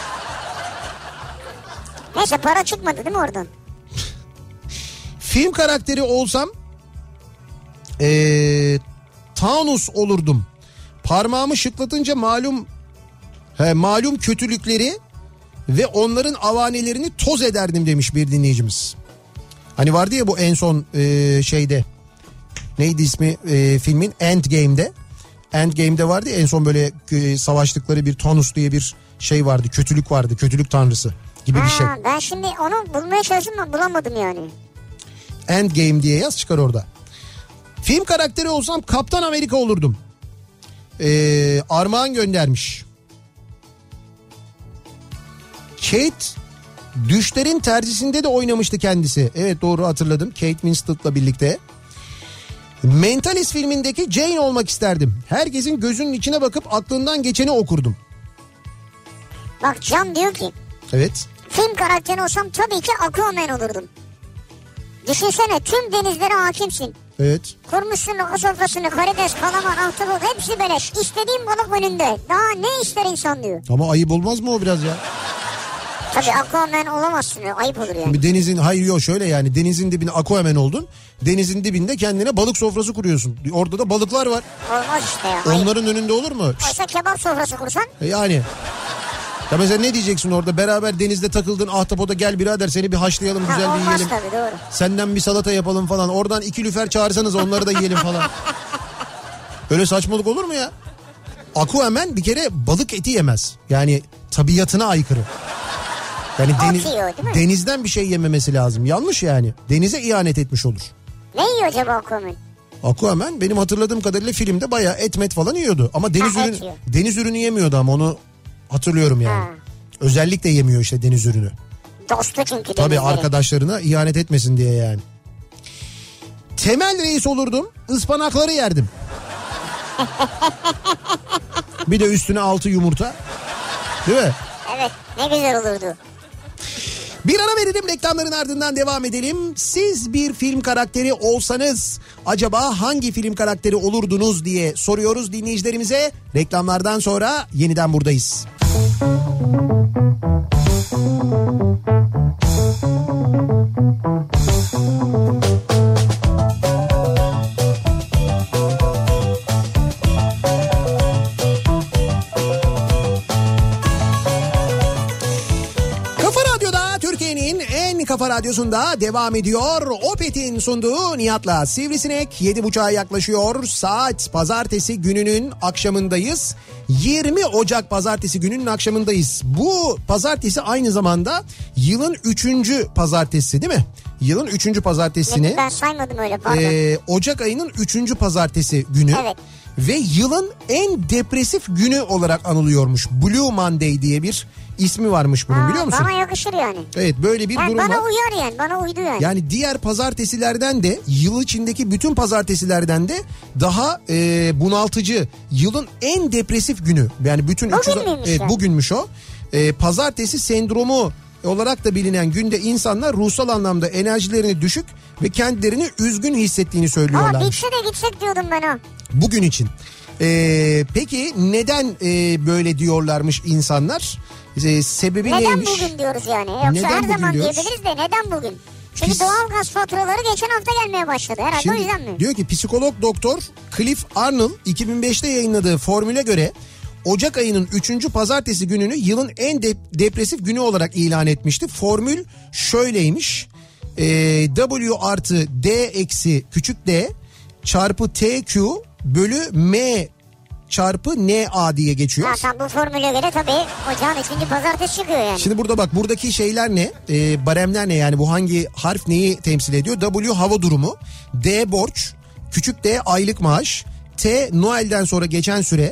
Neyse, para çıkmadı değil mi oradan? Film karakteri olsam Thanos olurdum. Parmağımı şıklatınca malum kötülükleri ve onların avanelerini toz ederdim demiş bir dinleyicimiz. Hani vardı ya bu en son şeyde, neydi ismi filmin, Endgame'de vardı ya en son böyle savaştıkları bir Thanos diye bir şey vardı, kötülük vardı, kötülük tanrısı gibi bir şey. Ben şimdi onu bulmaya çalıştım ama bulamadım yani. Endgame diye yaz, çıkar orada. Film karakteri olsam Kaptan Amerika olurdum. Armağan göndermiş. Kate Düşlerin Terzisi'nde de oynamıştı kendisi. Evet, doğru hatırladım. Kate Winslet'la birlikte. Mentalist filmindeki Jane olmak isterdim. Herkesin gözünün içine bakıp aklından geçeni okurdum. Bak Can diyor ki. Evet. Film karakteri olsam tabii ki Aquaman olurdum. Düşünsene, tüm denizlere hakimsin. Evet. Kurmuşsun o sofrasını, karides, kalamar, ahtapot, hepsi beleş. İstediğin balık önünde. Daha ne ister insan diyor. Ama ayıp olmaz mı o biraz ya? Tabii Aquaman olamazsın, ayıp olur yani. Denizin, hayır yok şöyle yani, denizin dibine Aquaman oldun. Denizin dibinde kendine balık sofrası kuruyorsun. Orada da balıklar var. Olmaz işte ya. Onların önünde olur mu? Oysa kebap sofrası kursan. Yani. Ya mesela ne diyeceksin orada, beraber denizde takıldın, ahtapota gel birader seni bir haşlayalım, güzel bir yiyelim. Olmaz tabii, doğru. Senden bir salata yapalım falan. Oradan 2 lüfer çağırsanız onları da yiyelim falan. Öyle saçmalık olur mu ya? Aquaman bir kere balık eti yemez. Yani tabiatına aykırı. Yani denizden bir şey yememesi lazım. Yanlış yani. Denize ihanet etmiş olur. Ne yiyor acaba Aquaman? Aquaman benim hatırladığım kadarıyla filmde bayağı et falan yiyordu. Ama deniz ürünü yemiyordu, ama onu hatırlıyorum yani. Özellikle yemiyor işte deniz ürünü. Dostu çünkü. Tabii arkadaşlarına ihanet etmesin diye yani. Temel Reis olurdum. Ispanakları yerdim. Bir de üstüne 6 yumurta. Değil mi? Evet, ne güzel olurdu. Bir ara verelim, reklamların ardından devam edelim. Siz bir film karakteri olsanız acaba hangi film karakteri olurdunuz diye soruyoruz dinleyicilerimize. Reklamlardan sonra yeniden buradayız. Kafa Radyosu'nda devam ediyor. Opet'in sunduğu Nihat'la Sivrisinek. 7.30'a yaklaşıyor. Saat pazartesi gününün akşamındayız. 20 Ocak pazartesi gününün akşamındayız. Bu pazartesi aynı zamanda yılın 3. pazartesi değil mi? Yılın 3. pazartesini. Ben saymadım öyle, pardon. Ocak ayının 3. pazartesi günü. Evet. Ve yılın en depresif günü olarak anılıyormuş. Blue Monday diye bir ismi varmış bunun, biliyor musun? Bana yakışır yani. Evet, böyle bir durum var. Bana uyar yani, bana uydu yani. Yani diğer pazartesilerden de, yıl içindeki bütün pazartesilerden de daha bunaltıcı, yılın en depresif günü. Yani bütün bugünmüş o. Pazartesi sendromu olarak da bilinen günde insanlar ruhsal anlamda enerjilerini düşük ve kendilerini üzgün hissettiğini söylüyorlar. Bitse de gitsek diyordum ben o. Bugün için. Peki neden böyle diyorlarmış insanlar? Sebebi neden neymiş? Neden bugün diyoruz yani? Yoksa neden her zaman diyoruz? diyebiliriz de neden bugün? Çünkü doğalgaz faturaları geçen hafta gelmeye başladı. Herhalde o yüzden mi? Diyor ki psikolog doktor Cliff Arnold 2005'te yayınladığı formüle göre Ocak ayının 3. pazartesi gününü yılın en depresif günü olarak ilan etmişti. Formül şöyleymiş. W artı D eksi küçük d çarpı TQ bölü M çarpı NA diye geçiyor. Zaten bu formüle göre tabii ocağın 3. pazartesi çıkıyor yani. Şimdi burada bak, buradaki şeyler ne? Baremler ne yani, bu hangi harf neyi temsil ediyor? W hava durumu, D borç, küçük D aylık maaş, T Noel'den sonra geçen süre,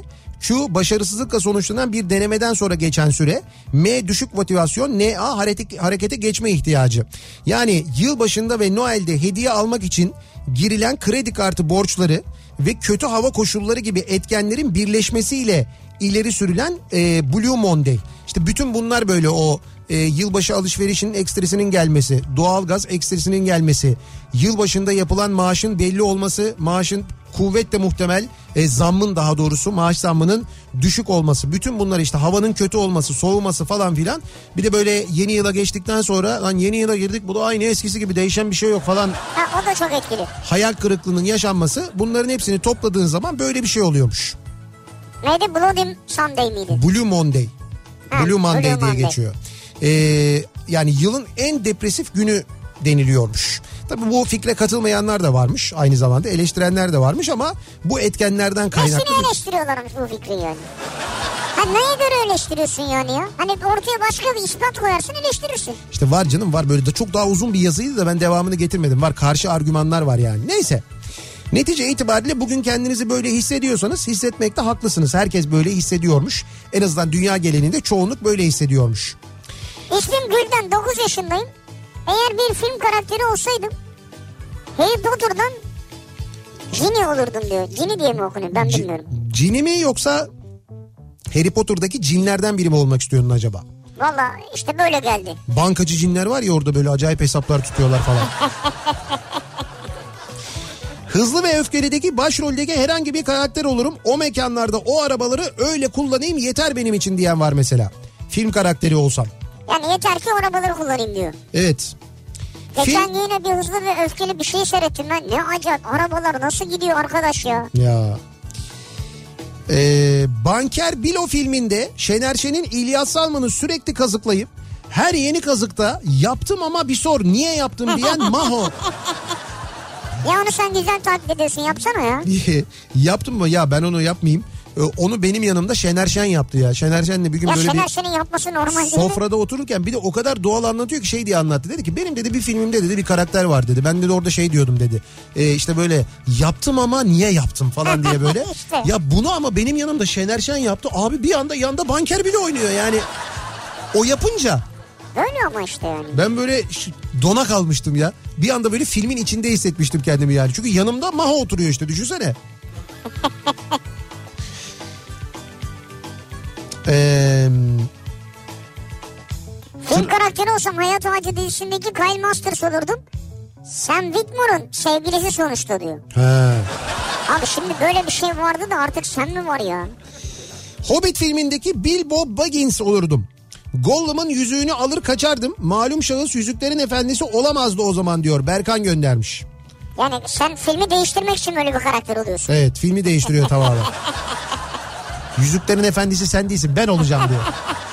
Q başarısızlıkla sonuçlanan bir denemeden sonra geçen süre. M düşük motivasyon. NA harekete geçme ihtiyacı. Yani yılbaşında ve Noel'de hediye almak için girilen kredi kartı borçları ve kötü hava koşulları gibi etkenlerin birleşmesiyle ileri sürülen Blue Monday. İşte bütün bunlar böyle o yılbaşı alışverişinin ekstresinin gelmesi, doğalgaz ekstresinin gelmesi, yılbaşında yapılan maaşın belli olması, maaşın kuvvetle muhtemel zammın daha doğrusu maaş zammının düşük olması. Bütün bunlar işte havanın kötü olması, soğuması falan filan. Bir de böyle yeni yıla geçtikten sonra lan yeni yıla girdik bu da aynı eskisi gibi değişen bir şey yok falan. Ha, o da çok etkili. Hayal kırıklığının yaşanması, bunların hepsini topladığın zaman böyle bir şey oluyormuş. Neydi? Bloody Sunday miydi? Blue Monday. Ha, Blue Monday Blue diye Monday geçiyor. Yani yılın en depresif günü deniliyormuş. Tabii bu fikre katılmayanlar da varmış, aynı zamanda eleştirenler de varmış ama bu etkenlerden kaynaklı. Nesini eleştiriyorlarmış bu fikri yani? Ha, neye göre eleştiriyorsun yani ya? Hani ortaya başka bir ispat koyarsın, eleştirirsin. İşte var canım, var böyle de çok daha uzun bir yazıydı da ben devamını getirmedim. Var, karşı argümanlar var yani. Neyse. Netice itibariyle bugün kendinizi böyle hissediyorsanız hissetmekte haklısınız. Herkes böyle hissediyormuş. En azından dünya genelinde çoğunluk böyle hissediyormuş. İsmim Gülden, 9 yaşındayım. Eğer bir film karakteri olsaydım Harry Potter'dan Ginny olurdum diyor. Ginny diye mi okunuyor, ben bilmiyorum. Ginny mi yoksa Harry Potter'daki cinlerden biri mi olmak istiyordun acaba? Valla işte böyle geldi. Bankacı cinler var ya, orada böyle acayip hesaplar tutuyorlar falan. Hızlı ve Öfkeli'deki başroldeki herhangi bir karakter olurum. O mekanlarda o arabaları öyle kullanayım yeter benim için diyen var mesela. Film karakteri olsam. Yani yeter ki o arabaları kullanayım diyor. Evet. Geçen yine bir Hızlı ve Öfkeli bir şey seyrettim ben. Ne acayip arabalar nasıl gidiyor arkadaş ya. Ya. Banker Bilo filminde Şener Şen'in İlyas Salman'ı sürekli kazıklayıp her yeni kazıkta yaptım ama bir sor niye yaptım diyen Maho. Ya onu sen güzel taklit ediyorsun, yapsana ya. Yaptım mı? Ya ben onu yapmayayım. Onu benim yanımda Şener Şen yaptı ya. Şener Şen'le bir gün ya böyle Şener Şen'in yapması normal değil mi? Sofrada otururken bir de o kadar doğal anlatıyor ki şey diye anlattı. Dedi ki benim dedi bir filmimde dedi bir karakter var dedi. Ben dedi orada şey diyordum dedi. İşte böyle yaptım ama niye yaptım falan diye böyle. İşte. Ya bunu ama benim yanımda Şener Şen yaptı. Abi bir anda yanda Banker bile oynuyor yani. O yapınca. Böyle ama işte yani. Ben böyle dona kalmıştım ya. Bir anda böyle filmin içinde hissetmiştim kendimi yani. Çünkü yanımda Maho oturuyor işte, düşünsene. Film karakteri olsam Hayat Ağacı dizisindeki Kyle Masters olurdum. Sam Whitmore'un sevgilisi sonuçta diyor. He. Abi şimdi böyle bir şey vardı da artık sen mi var ya? Hobbit filmindeki Bilbo Baggins olurdum. Gollum'un yüzüğünü alır kaçardım. Malum şahıs Yüzüklerin Efendisi olamazdı o zaman diyor. Berkan göndermiş. Yani sen filmi değiştirmek için böyle bir karakter oluyorsun. Evet, filmi değiştiriyor tamamen. Yüzüklerin Efendisi sen değilsin, ben olacağım diyor.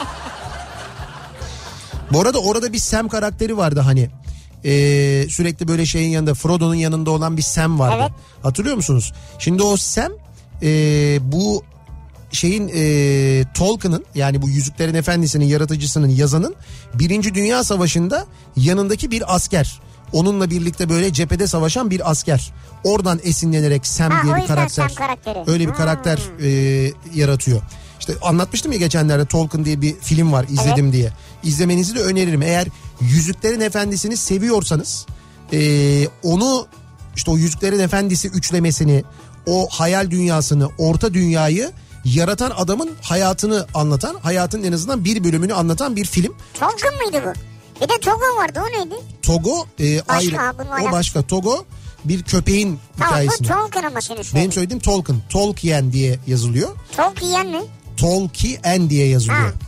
Bu arada orada bir Sam karakteri vardı hani. Sürekli böyle şeyin yanında, Frodo'nun yanında olan bir Sam vardı. Evet. Hatırlıyor musunuz? Şimdi o Sam bu şeyin Tolkien'ın, yani bu Yüzüklerin Efendisi'nin yaratıcısının, yazanın 1. Dünya Savaşı'nda yanındaki bir asker. Onunla birlikte böyle cephede savaşan bir asker. Oradan esinlenerek Sam diye bir karakter. Öyle bir karakter yaratıyor. İşte anlatmıştım ya geçenlerde, Tolkien diye bir film var, izledim diye. İzlemenizi de öneririm. Eğer Yüzüklerin Efendisi'ni seviyorsanız onu, işte o Yüzüklerin Efendisi üçlemesini, o hayal dünyasını, orta dünyayı yaratan adamın hayatını anlatan, hayatın en azından bir bölümünü anlatan bir film. Tolkien mıydı bu? Bir de Togo vardı, o neydi? Togo ayrı. O başka. Togo bir köpeğin hikayesini. Tamam, bu Tolkien ama senin söylediğin. Benim söylediğim Tolkien. Tolkien diye yazılıyor. Tolkien mi? Tolkien diye yazılıyor. Ha.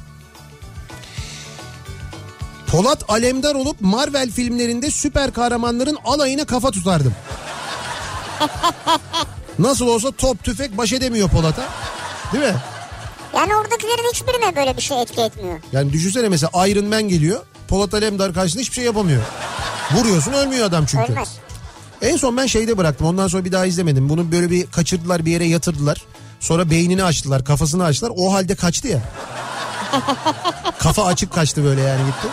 Polat Alemdar olup Marvel filmlerinde süper kahramanların alayına kafa tutardım. Nasıl olsa top tüfek baş edemiyor Polat'a. Değil mi? Yani oradakilerin hiçbirine böyle bir şey etki etmiyor. Yani düşünsene mesela Iron Man geliyor. Polat Alemdar karşısında hiçbir şey yapamıyor. Vuruyorsun ölmüyor adam çünkü. Ölmez. En son ben şeyde bıraktım. Ondan sonra bir daha izlemedim. Bunu böyle bir kaçırdılar, bir yere yatırdılar. Sonra beynini açtılar, kafasını açtılar. O halde kaçtı ya. Kafa açık kaçtı böyle yani, gitti.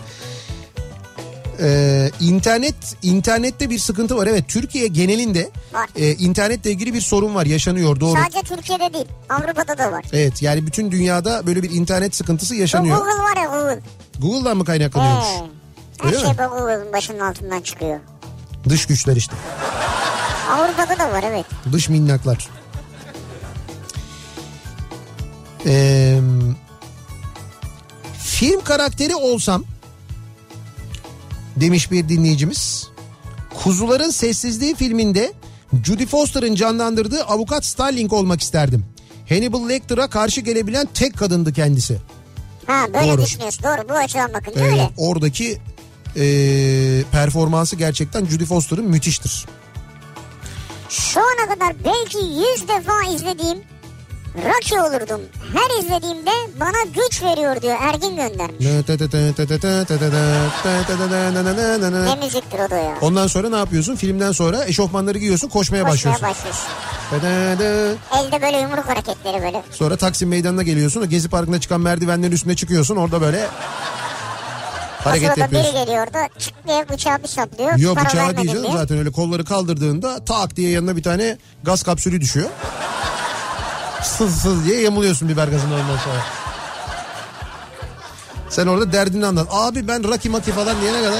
İnternette bir sıkıntı var. Evet, Türkiye genelinde Var. İnternetle ilgili bir sorun var, yaşanıyor, doğru. Sadece Türkiye'de değil, Avrupa'da da var. Evet, yani bütün dünyada böyle bir internet sıkıntısı yaşanıyor. Google var ya, Google. Google'dan mı kaynaklanıyormuş? Her Öyle şey mi? Google'ın başının altından çıkıyor. Dış güçler işte. Avrupa'da da var, evet. Dış minnaklar. Film karakteri olsam demiş bir dinleyicimiz. Kuzuların Sessizliği filminde Jodie Foster'ın canlandırdığı avukat Starling olmak isterdim. Hannibal Lecter'a karşı gelebilen tek kadındı kendisi. Ha, böyle Doğru. düşünüyorsun. Doğru, bu açıdan bakınca öyle. Oradaki performansı gerçekten Jodie Foster'ın müthiştir. Şu ana kadar belki 100 defa izlediğim Rocky olurdum. Her izlediğimde bana güç veriyor diyor, Ergin göndermiş. Ne müziktir o da ya. Ondan sonra ne yapıyorsun? Filmden sonra eşofmanları giyiyorsun, koşmaya başlıyorsun. Elde böyle yumruk hareketleri böyle. Sonra Taksim Meydanı'na geliyorsun. Gezi Parkı'na çıkan merdivenlerin üstüne çıkıyorsun. Orada böyle hareket o sırada yapıyorsun. biri geliyor da çık diye bıçağı bir saplıyor. Yok, para bıçağı vermedin değil canım. diye. Zaten öyle kolları kaldırdığında tak diye yanına bir tane gaz kapsülü düşüyor. Sız sız diye yamuluyorsun biber gazından ondan sonra. Sen orada derdini anlat. Abi ben Rocky Maki falan diyene kadar.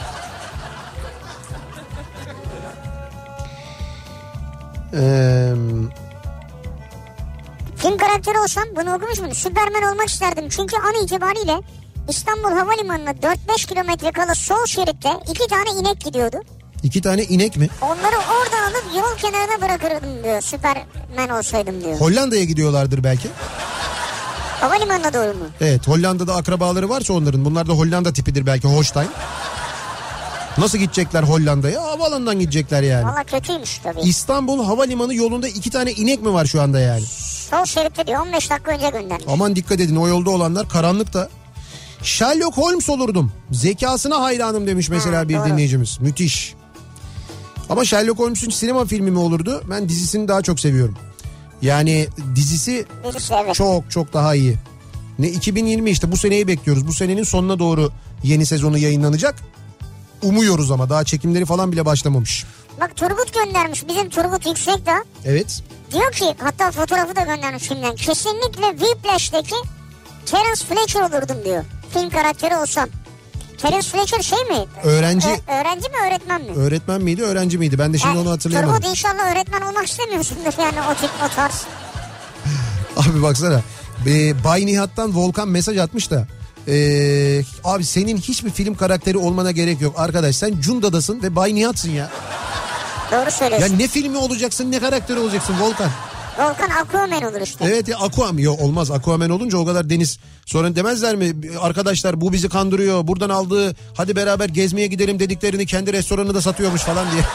Film karakteri olsam, bunu okumuş muydun? Süpermen olmak isterdim. Çünkü an itibariyle İstanbul Havalimanı'na 4-5 kilometre kala sol şeritte 2 tane inek gidiyordu. 2 tane inek mi? Onları oradan alıp yol kenarına bırakırdım diyor. Süpermen olsaydım diyor. Hollanda'ya gidiyorlardır belki. Havalimanına doğru mu? Evet, Hollanda'da akrabaları varsa onların. Bunlar da Hollanda tipidir belki, Holstein. Nasıl gidecekler Hollanda'ya? Havaalanından gidecekler yani. Valla kötüymüş tabii. İstanbul Havalimanı yolunda 2 tane inek mi var şu anda yani? Sol şeritte diyor, 15 dakika önce göndermiş. Aman dikkat edin, o yolda olanlar karanlıkta. Sherlock Holmes olurdum. Zekasına hayranım demiş mesela bir doğru. dinleyicimiz. Müthiş. Ama Sherlock Holmes'un sinema filmi mi olurdu? Ben dizisini daha çok seviyorum. Yani dizisi Evet. çok çok daha iyi. Ne 2020 işte, bu seneyi bekliyoruz. Bu senenin sonuna doğru yeni sezonu yayınlanacak. Umuyoruz ama daha çekimleri falan bile başlamamış. Bak Turgut göndermiş, bizim Turgut Yüksekdağ. Evet. Diyor ki, hatta fotoğrafı da göndermiş filmden. Kesinlikle Whiplash'teki Terence Fletcher olurdum diyor. Film karakteri olsam. Terence Fletcher şey mi? Öğrenci. Öğrenci mi, öğretmen mi? Öğretmen miydi, öğrenci miydi? Ben de şimdi onu hatırlayamadım. Turgut inşallah öğretmen olmak istemiyorsundur yani, o tarz. Abi baksana. Bay Nihat'tan Volkan mesaj atmış da. Abi senin hiçbir film karakteri olmana gerek yok. Arkadaş sen Cunda'dasın ve Bay Nihat'sın ya. Doğru söylüyorsun. Ya ne filmi olacaksın, ne karakteri olacaksın Volkan? Volkan Aquaman olur işte. Evet ya, Aquaman. Yok olmaz, Aquaman olunca o kadar deniz. Sonra demezler mi arkadaşlar, bu bizi kandırıyor. Buradan aldığı, hadi beraber gezmeye gidelim dediklerini kendi restoranı da satıyormuş falan diye.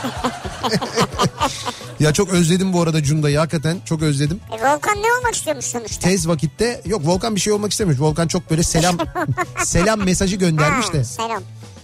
Ya çok özledim bu arada Cunda'yı, hakikaten çok özledim. Volkan ne olmak istiyormuş sonuçta? Tez vakitte yok, Volkan bir şey olmak istemiyor. Volkan çok böyle selam mesajı göndermiş de. Selam.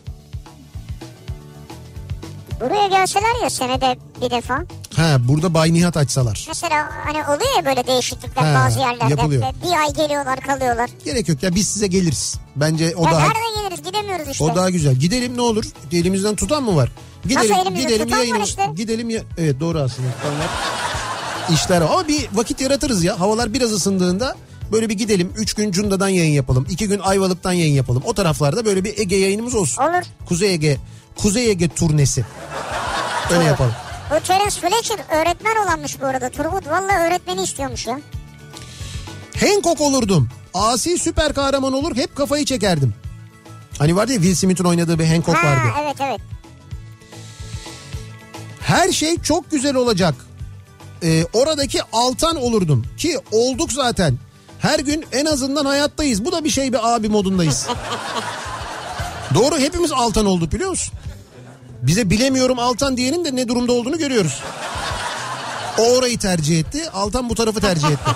Buraya gelseler ya senede bir defa. Ha, burada Bay Nihat açsalar. Mesela hani oluyor ya böyle değişiklikler bazı yerlerde. Yapılıyor. Bir ay geliyorlar, kalıyorlar. Gerek yok ya, biz size geliriz. Bence o Ya daha... nerede geliriz, gidemiyoruz işte. O daha güzel. Gidelim ne olur. Elimizden tutan mı var? Gidelim, Nasıl elimizden tutan var yayını- işte? Gidelim ya. Evet doğru aslında. Tutanlar. İşler ama bir vakit yaratırız ya. Havalar biraz ısındığında böyle bir gidelim. 3 gün Cunda'dan yayın yapalım. 2 gün Ayvalık'tan yayın yapalım. O taraflarda böyle bir Ege yayınımız olsun. Olur. Kuzey Ege turnesi. Öyle yapalım. Bu Terence Fletcher öğretmen olanmış bu arada. Turgut vallahi öğretmeni istiyormuş ya. Hancock olurdum. Asi süper kahraman olur, hep kafayı çekerdim. Hani vardı ya, Will Smith'in oynadığı bir Hancock vardı. Evet. Her şey çok güzel olacak. Oradaki Altan olurdum. Ki olduk zaten. Her gün en azından hayattayız. Bu da bir şey, bir abi modundayız. Doğru, hepimiz Altan olduk biliyor musun? Bize bilemiyorum Altan diyenin de ne durumda olduğunu görüyoruz. O orayı tercih etti. Altan bu tarafı tercih etti.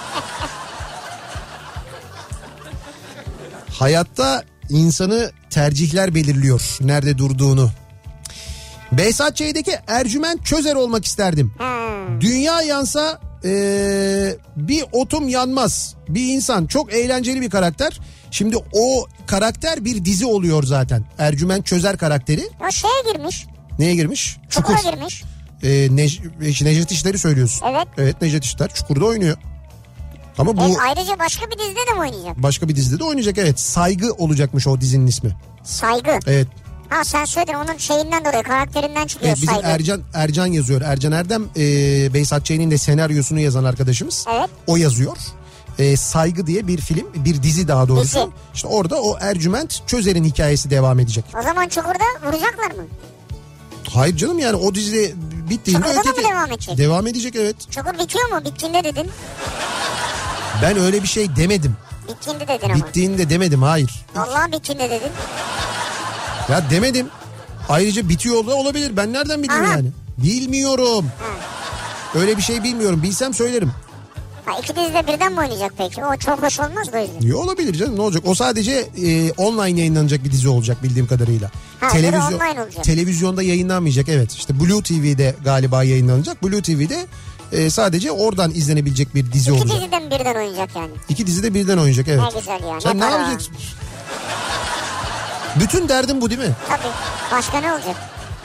Hayatta insanı tercihler belirliyor. Nerede durduğunu. Behzat Ç'deki Ercüment Çözer olmak isterdim. Dünya yansa bir otum yanmaz. Bir insan, çok eğlenceli bir karakter. Şimdi o karakter bir dizi oluyor zaten. Ercüment Çözer karakteri. O şeye girmiş. Neye girmiş? Çukura girmiş. Necdet İşler'i söylüyorsun. Evet. Evet, Necdet İşler Çukur'da oynuyor. Ama bu ayrıca başka bir dizide de mi oynayacak? Başka bir dizide de oynayacak, evet. Saygı olacakmış o dizinin ismi. Saygı. Evet. Ha sen söyledin, onun şeyinden dolayı, karakterinden çıkıyor Evet, bizim Saygı. Ercan yazıyor. Ercan Erdem Behzat Ç'nin de senaryosunu yazan arkadaşımız. Evet. O yazıyor. Saygı diye bir film, bir dizi daha doğrusu. Dizi. İşte orada o Ercüment Çözer'in hikayesi devam edecek. O zaman Çukur'da vuracaklar mı? Hayır canım, yani o dizi bittiğinde Çukur'da mı devam edecek? Devam edecek, evet. Çukur bitiyor mu? Bittiğinde dedin. Ben öyle bir şey demedim. Bittiğinde dedin ama. Bittiğinde demedim, hayır. Vallahi bittiğinde dedin. Ya demedim. Ayrıca bitiyor da olabilir. Ben nereden bileyim yani? Bilmiyorum. Öyle bir şey bilmiyorum. Bilsem söylerim. Ha, iki dizide birden mi oynayacak peki? O çok hoş olmaz da o yüzden. Yo, olabilir canım, ne olacak? O sadece online yayınlanacak bir dizi olacak bildiğim kadarıyla. Ha, online olacak. Televizyonda yayınlanmayacak, evet. İşte Blue TV'de galiba yayınlanacak. Blue TV'de sadece oradan izlenebilecek bir dizi olacak. İki dizide mi birden oynayacak yani? İki dizide birden oynayacak, evet. Ne güzel ya. Sen ne yapacaksın? Bütün derdin bu değil mi? Tabii. Başka ne olacak?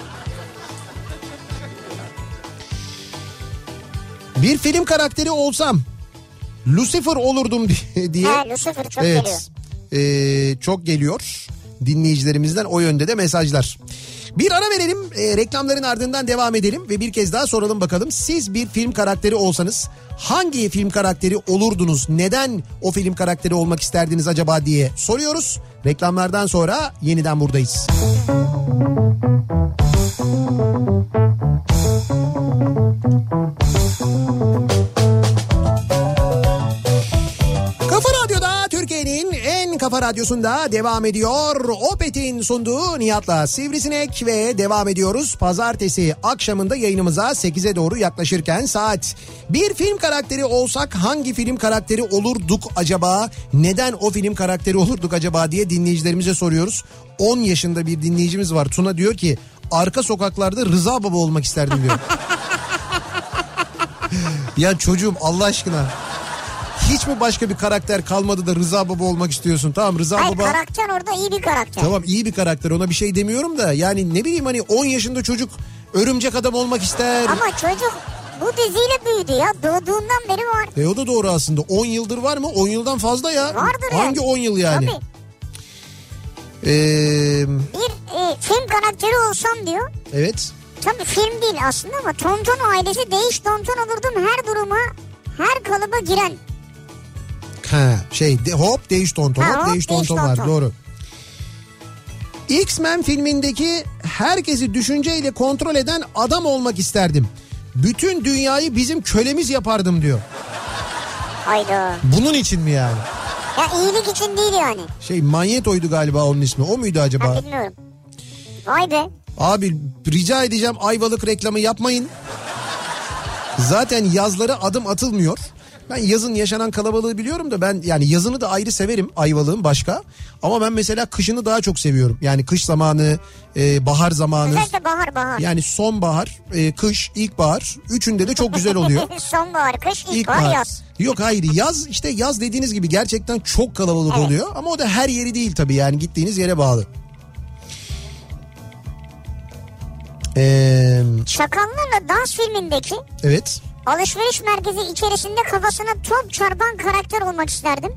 Bir film karakteri olsam Lucifer olurdum diye. Ha, Lucifer çok geliyor. Çok geliyor. Dinleyicilerimizden o yönde de mesajlar. Bir ara verelim, reklamların ardından devam edelim ve bir kez daha soralım bakalım. Siz bir film karakteri olsanız hangi film karakteri olurdunuz? Neden o film karakteri olmak isterdiniz acaba diye soruyoruz. Reklamlardan sonra yeniden buradayız. Kafa Radyo'da, Türkiye'nin en kafa radyosunda devam ediyor. Opet'in sunduğu Nihat'la Sivrisinek ve devam ediyoruz. Pazartesi akşamında yayınımıza 8'e doğru yaklaşırken saat. Bir film karakteri olsak hangi film karakteri olurduk acaba? Neden o film karakteri olurduk acaba diye dinleyicilerimize soruyoruz. 10 yaşında bir dinleyicimiz var. Tuna diyor ki arka sokaklarda Rıza Baba olmak isterdim diyor. Ya çocuğum, Allah aşkına. Hiç mi başka bir karakter kalmadı da Rıza Baba olmak istiyorsun? Tamam, Rıza Hayır, Baba. karakter orada iyi bir karakter. Tamam, iyi bir karakter, ona bir şey demiyorum da yani ne bileyim, hani 10 yaşında çocuk Örümcek Adam olmak ister. Ama çocuk bu diziyle büyüdü ya, doğduğundan beri var. O da doğru aslında. 10 yıldır var mı? 10 yıldan fazla ya. Vardır Hangi 10 yıl yani? Tabii. Bir film karakteri olsam diyor. Evet. Tabii film değil aslında ama Tonton ailesi değiş tonton olurdum, her duruma, her kalıba giren. Ha, hop değiş tonton, Ha, hop değiş tonton var, tonton. doğru. X-Men filmindeki herkesi düşünceyle kontrol eden adam olmak isterdim. Bütün dünyayı bizim kölemiz yapardım diyor. Hayda. Bunun için mi yani? Ya iyilik için değil yani. Magneto'ydu galiba onun ismi. O muydu acaba? Ha, bilmiyorum. Vay be. Abi rica edeceğim, Ayvalık reklamı yapmayın. Zaten yazları adım atılmıyor. Ben yazın yaşanan kalabalığı biliyorum da ben yani yazını da ayrı severim, Ayvalık'ın başka. Ama ben mesela kışını daha çok seviyorum. Yani kış zamanı, bahar zamanı. Özellikle bahar. Yani sonbahar, kış, ilkbahar. Üçünde de çok güzel oluyor. Sonbahar, kış, ilkbahar, yaz. Yok hayır, yaz işte, yaz dediğiniz gibi gerçekten çok kalabalık oluyor. Ama o da her yeri değil tabii, yani gittiğiniz yere bağlı. Çakallarla Dans filmindeki Evet. alışveriş merkezi içerisinde kafasına top çarpan karakter olmak isterdim.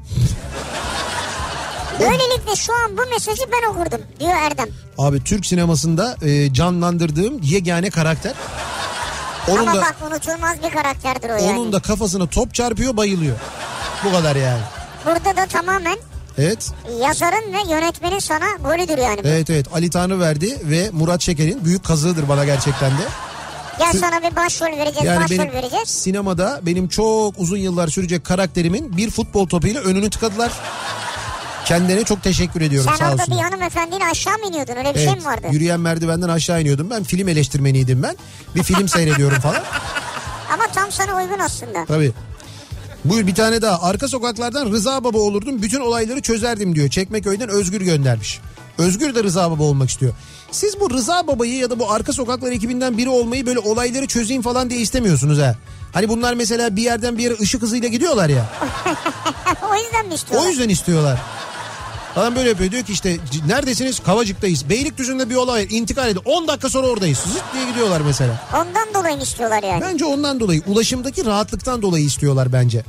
Böylelikle şu an bu mesajı ben okurdum diyor Erdem. Abi Türk sinemasında canlandırdığım yegane karakter. Ama bak, unutulmaz bir karakterdir o yani. Onun da kafasına top çarpıyor, bayılıyor. Bu kadar yani. Burada da tamamen evet, yazarın ve yönetmenin sana golüdür yani. Evet Ali Tanrıverdi ve Murat Şeker'in büyük kazığıdır bana gerçekten de. Gel sana bir başrol vereceğiz, yani başrol vereceğiz. Sinemada benim çok uzun yıllar sürecek karakterimin bir futbol topuyla önünü tıkadılar. Kendilerine çok teşekkür ediyorum, sen sağ olsunlar. Sen orada bir hanımefendiyle aşağı mı iniyordun, öyle bir şey mi vardı? Yürüyen merdivenden aşağı iniyordum, ben film eleştirmeniydim ben. Bir film seyrediyorum falan. Ama tam sana uygun aslında. Tabii. Buyur bir tane daha. Arka sokaklardan Rıza Baba olurdum, bütün olayları çözerdim diyor. Çekmeköy'den Özgür göndermiş. Özgür de Rıza Baba olmak istiyor. Siz bu Rıza Baba'yı ya da bu Arka Sokaklar ekibinden biri olmayı böyle olayları çözeyim falan diye istemiyorsunuz ha. Hani bunlar mesela bir yerden bir yere ışık hızıyla gidiyorlar ya. O yüzden mi istiyorlar? O yüzden istiyorlar. Adam böyle yapıyor, diyor ki işte neredesiniz? Kavacık'tayız. Beylikdüzü'nde bir olay intikal edildi. 10 dakika sonra oradayız. Zıt diye gidiyorlar mesela. Ondan dolayı mı istiyorlar yani? Bence ondan dolayı. Ulaşımdaki rahatlıktan dolayı istiyorlar bence.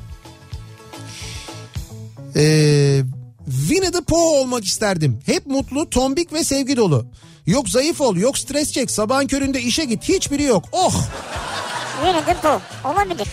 Winnie the Pooh olmak isterdim. Hep mutlu, tombik ve sevgi dolu. Yok zayıf ol, yok stres çek, sabahın köründe işe git. Hiçbiri yok. Oh! Winnie the Pooh olabilir.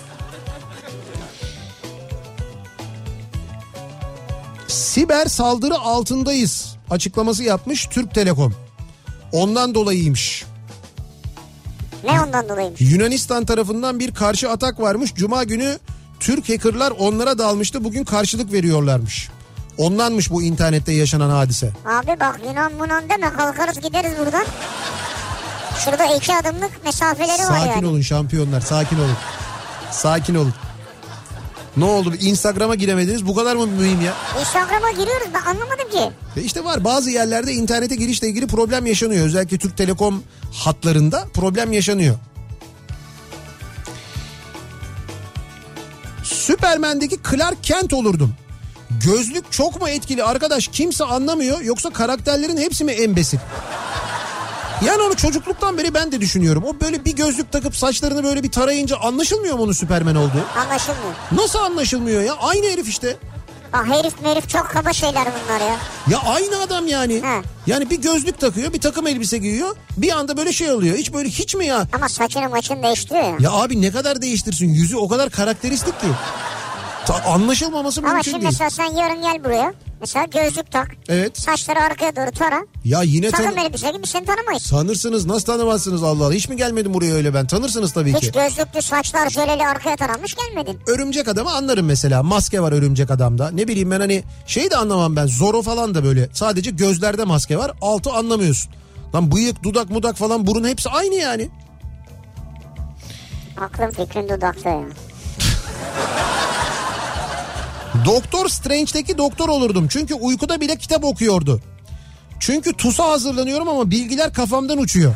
Siber saldırı altındayız açıklaması yapmış Türk Telekom. Ondan dolayıymış. Ne ondan dolayıymış? Yunanistan tarafından bir karşı atak varmış. Cuma günü Türk hackerlar onlara dalmıştı. Bugün karşılık veriyorlarmış. Ondanmış bu internette yaşanan hadise. Abi bak Yunan deme, kalkarız gideriz buradan. Şurada 2 adımlık mesafeleri var yani. Sakin olun şampiyonlar, sakin olun. Sakin olun. Ne oldu? Instagram'a giremediniz, bu kadar mı mühim ya? Instagram'a giriyoruz, ben anlamadım ki. İşte var, bazı yerlerde internete girişle ilgili problem yaşanıyor. Özellikle Türk Telekom hatlarında problem yaşanıyor. Süpermen'deki Clark Kent olurdum. Gözlük çok mu etkili arkadaş, kimse anlamıyor, yoksa karakterlerin hepsi mi embesil? Yani onu çocukluktan beri ben de düşünüyorum. O böyle bir gözlük takıp saçlarını böyle bir tarayınca anlaşılmıyor mu onun Süpermen olduğu? Anlaşılmıyor. Nasıl anlaşılmıyor ya? Aynı herif işte. Bak herif çok kaba şeyler bunlar ya. Ya aynı adam yani. He. Yani bir gözlük takıyor, bir takım elbise giyiyor. Bir anda böyle şey oluyor. Hiç mi ya? Ama saçını maçını değiştiriyor ya. Ya abi ne kadar değiştirsin? Yüzü o kadar karakteristik ki. Anlaşılmaması ama mümkün şimdi değil. mesela sen yarın gel buraya. Mesela gözlük tak. Evet. Saçları arkaya doğru tara. Ya yine takım elbise gibi seni tanımayız. Tanırsınız, nasıl tanımazsınız Allah Allah. Hiç mi gelmedim buraya öyle ben? Tanırsınız tabii ki. Hiç gözlüklü saçlar jöleli arkaya taranmış gelmedin. Örümcek Adam'ı anlarım mesela. Maske var Örümcek Adam'da. Ne bileyim ben, hani şey de anlamam ben. Zorro falan da böyle. Sadece gözlerde maske var. Altı anlamıyorsun. Lan bıyık, dudak, mudak falan, burun hepsi aynı yani. Aklın fikrin dudakta ya. Doktor Strange'deki doktor olurdum. Çünkü uykuda bile kitap okuyordu. Çünkü TUS'a hazırlanıyorum ama bilgiler kafamdan uçuyor.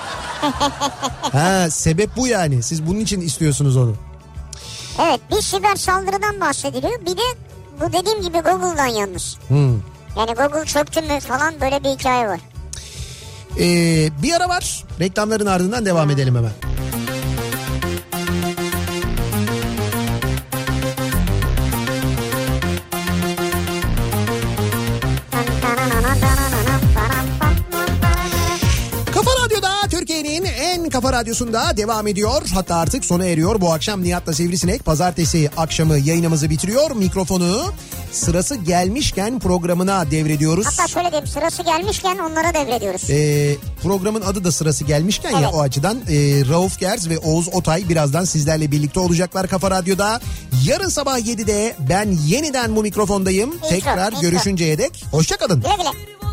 Ha, sebep bu yani. Siz bunun için istiyorsunuz onu. Evet, bir siber saldırıdan bahsediliyor. Bir de bu dediğim gibi Google'dan yalnız. Yani Google çöktü mü falan, böyle bir hikaye var. Bir ara var. Reklamların ardından devam edelim hemen. Türkiye'nin en kafa radyosunda devam ediyor. Hatta artık sona eriyor. Bu akşam Nihat'la Sivrisinek pazartesi akşamı yayınımızı bitiriyor. Mikrofonu sırası gelmişken programına devrediyoruz. Hatta şöyle diyeyim, sırası gelmişken onlara devrediyoruz. Programın adı da sırası gelmişken evet. Ya o açıdan Rauf Gerz ve Oğuz Otay birazdan sizlerle birlikte olacaklar Kafa Radyo'da. Yarın sabah 7'de ben yeniden bu mikrofondayım. Tekrar görüşünceye dek hoşça kalın. Güle güle.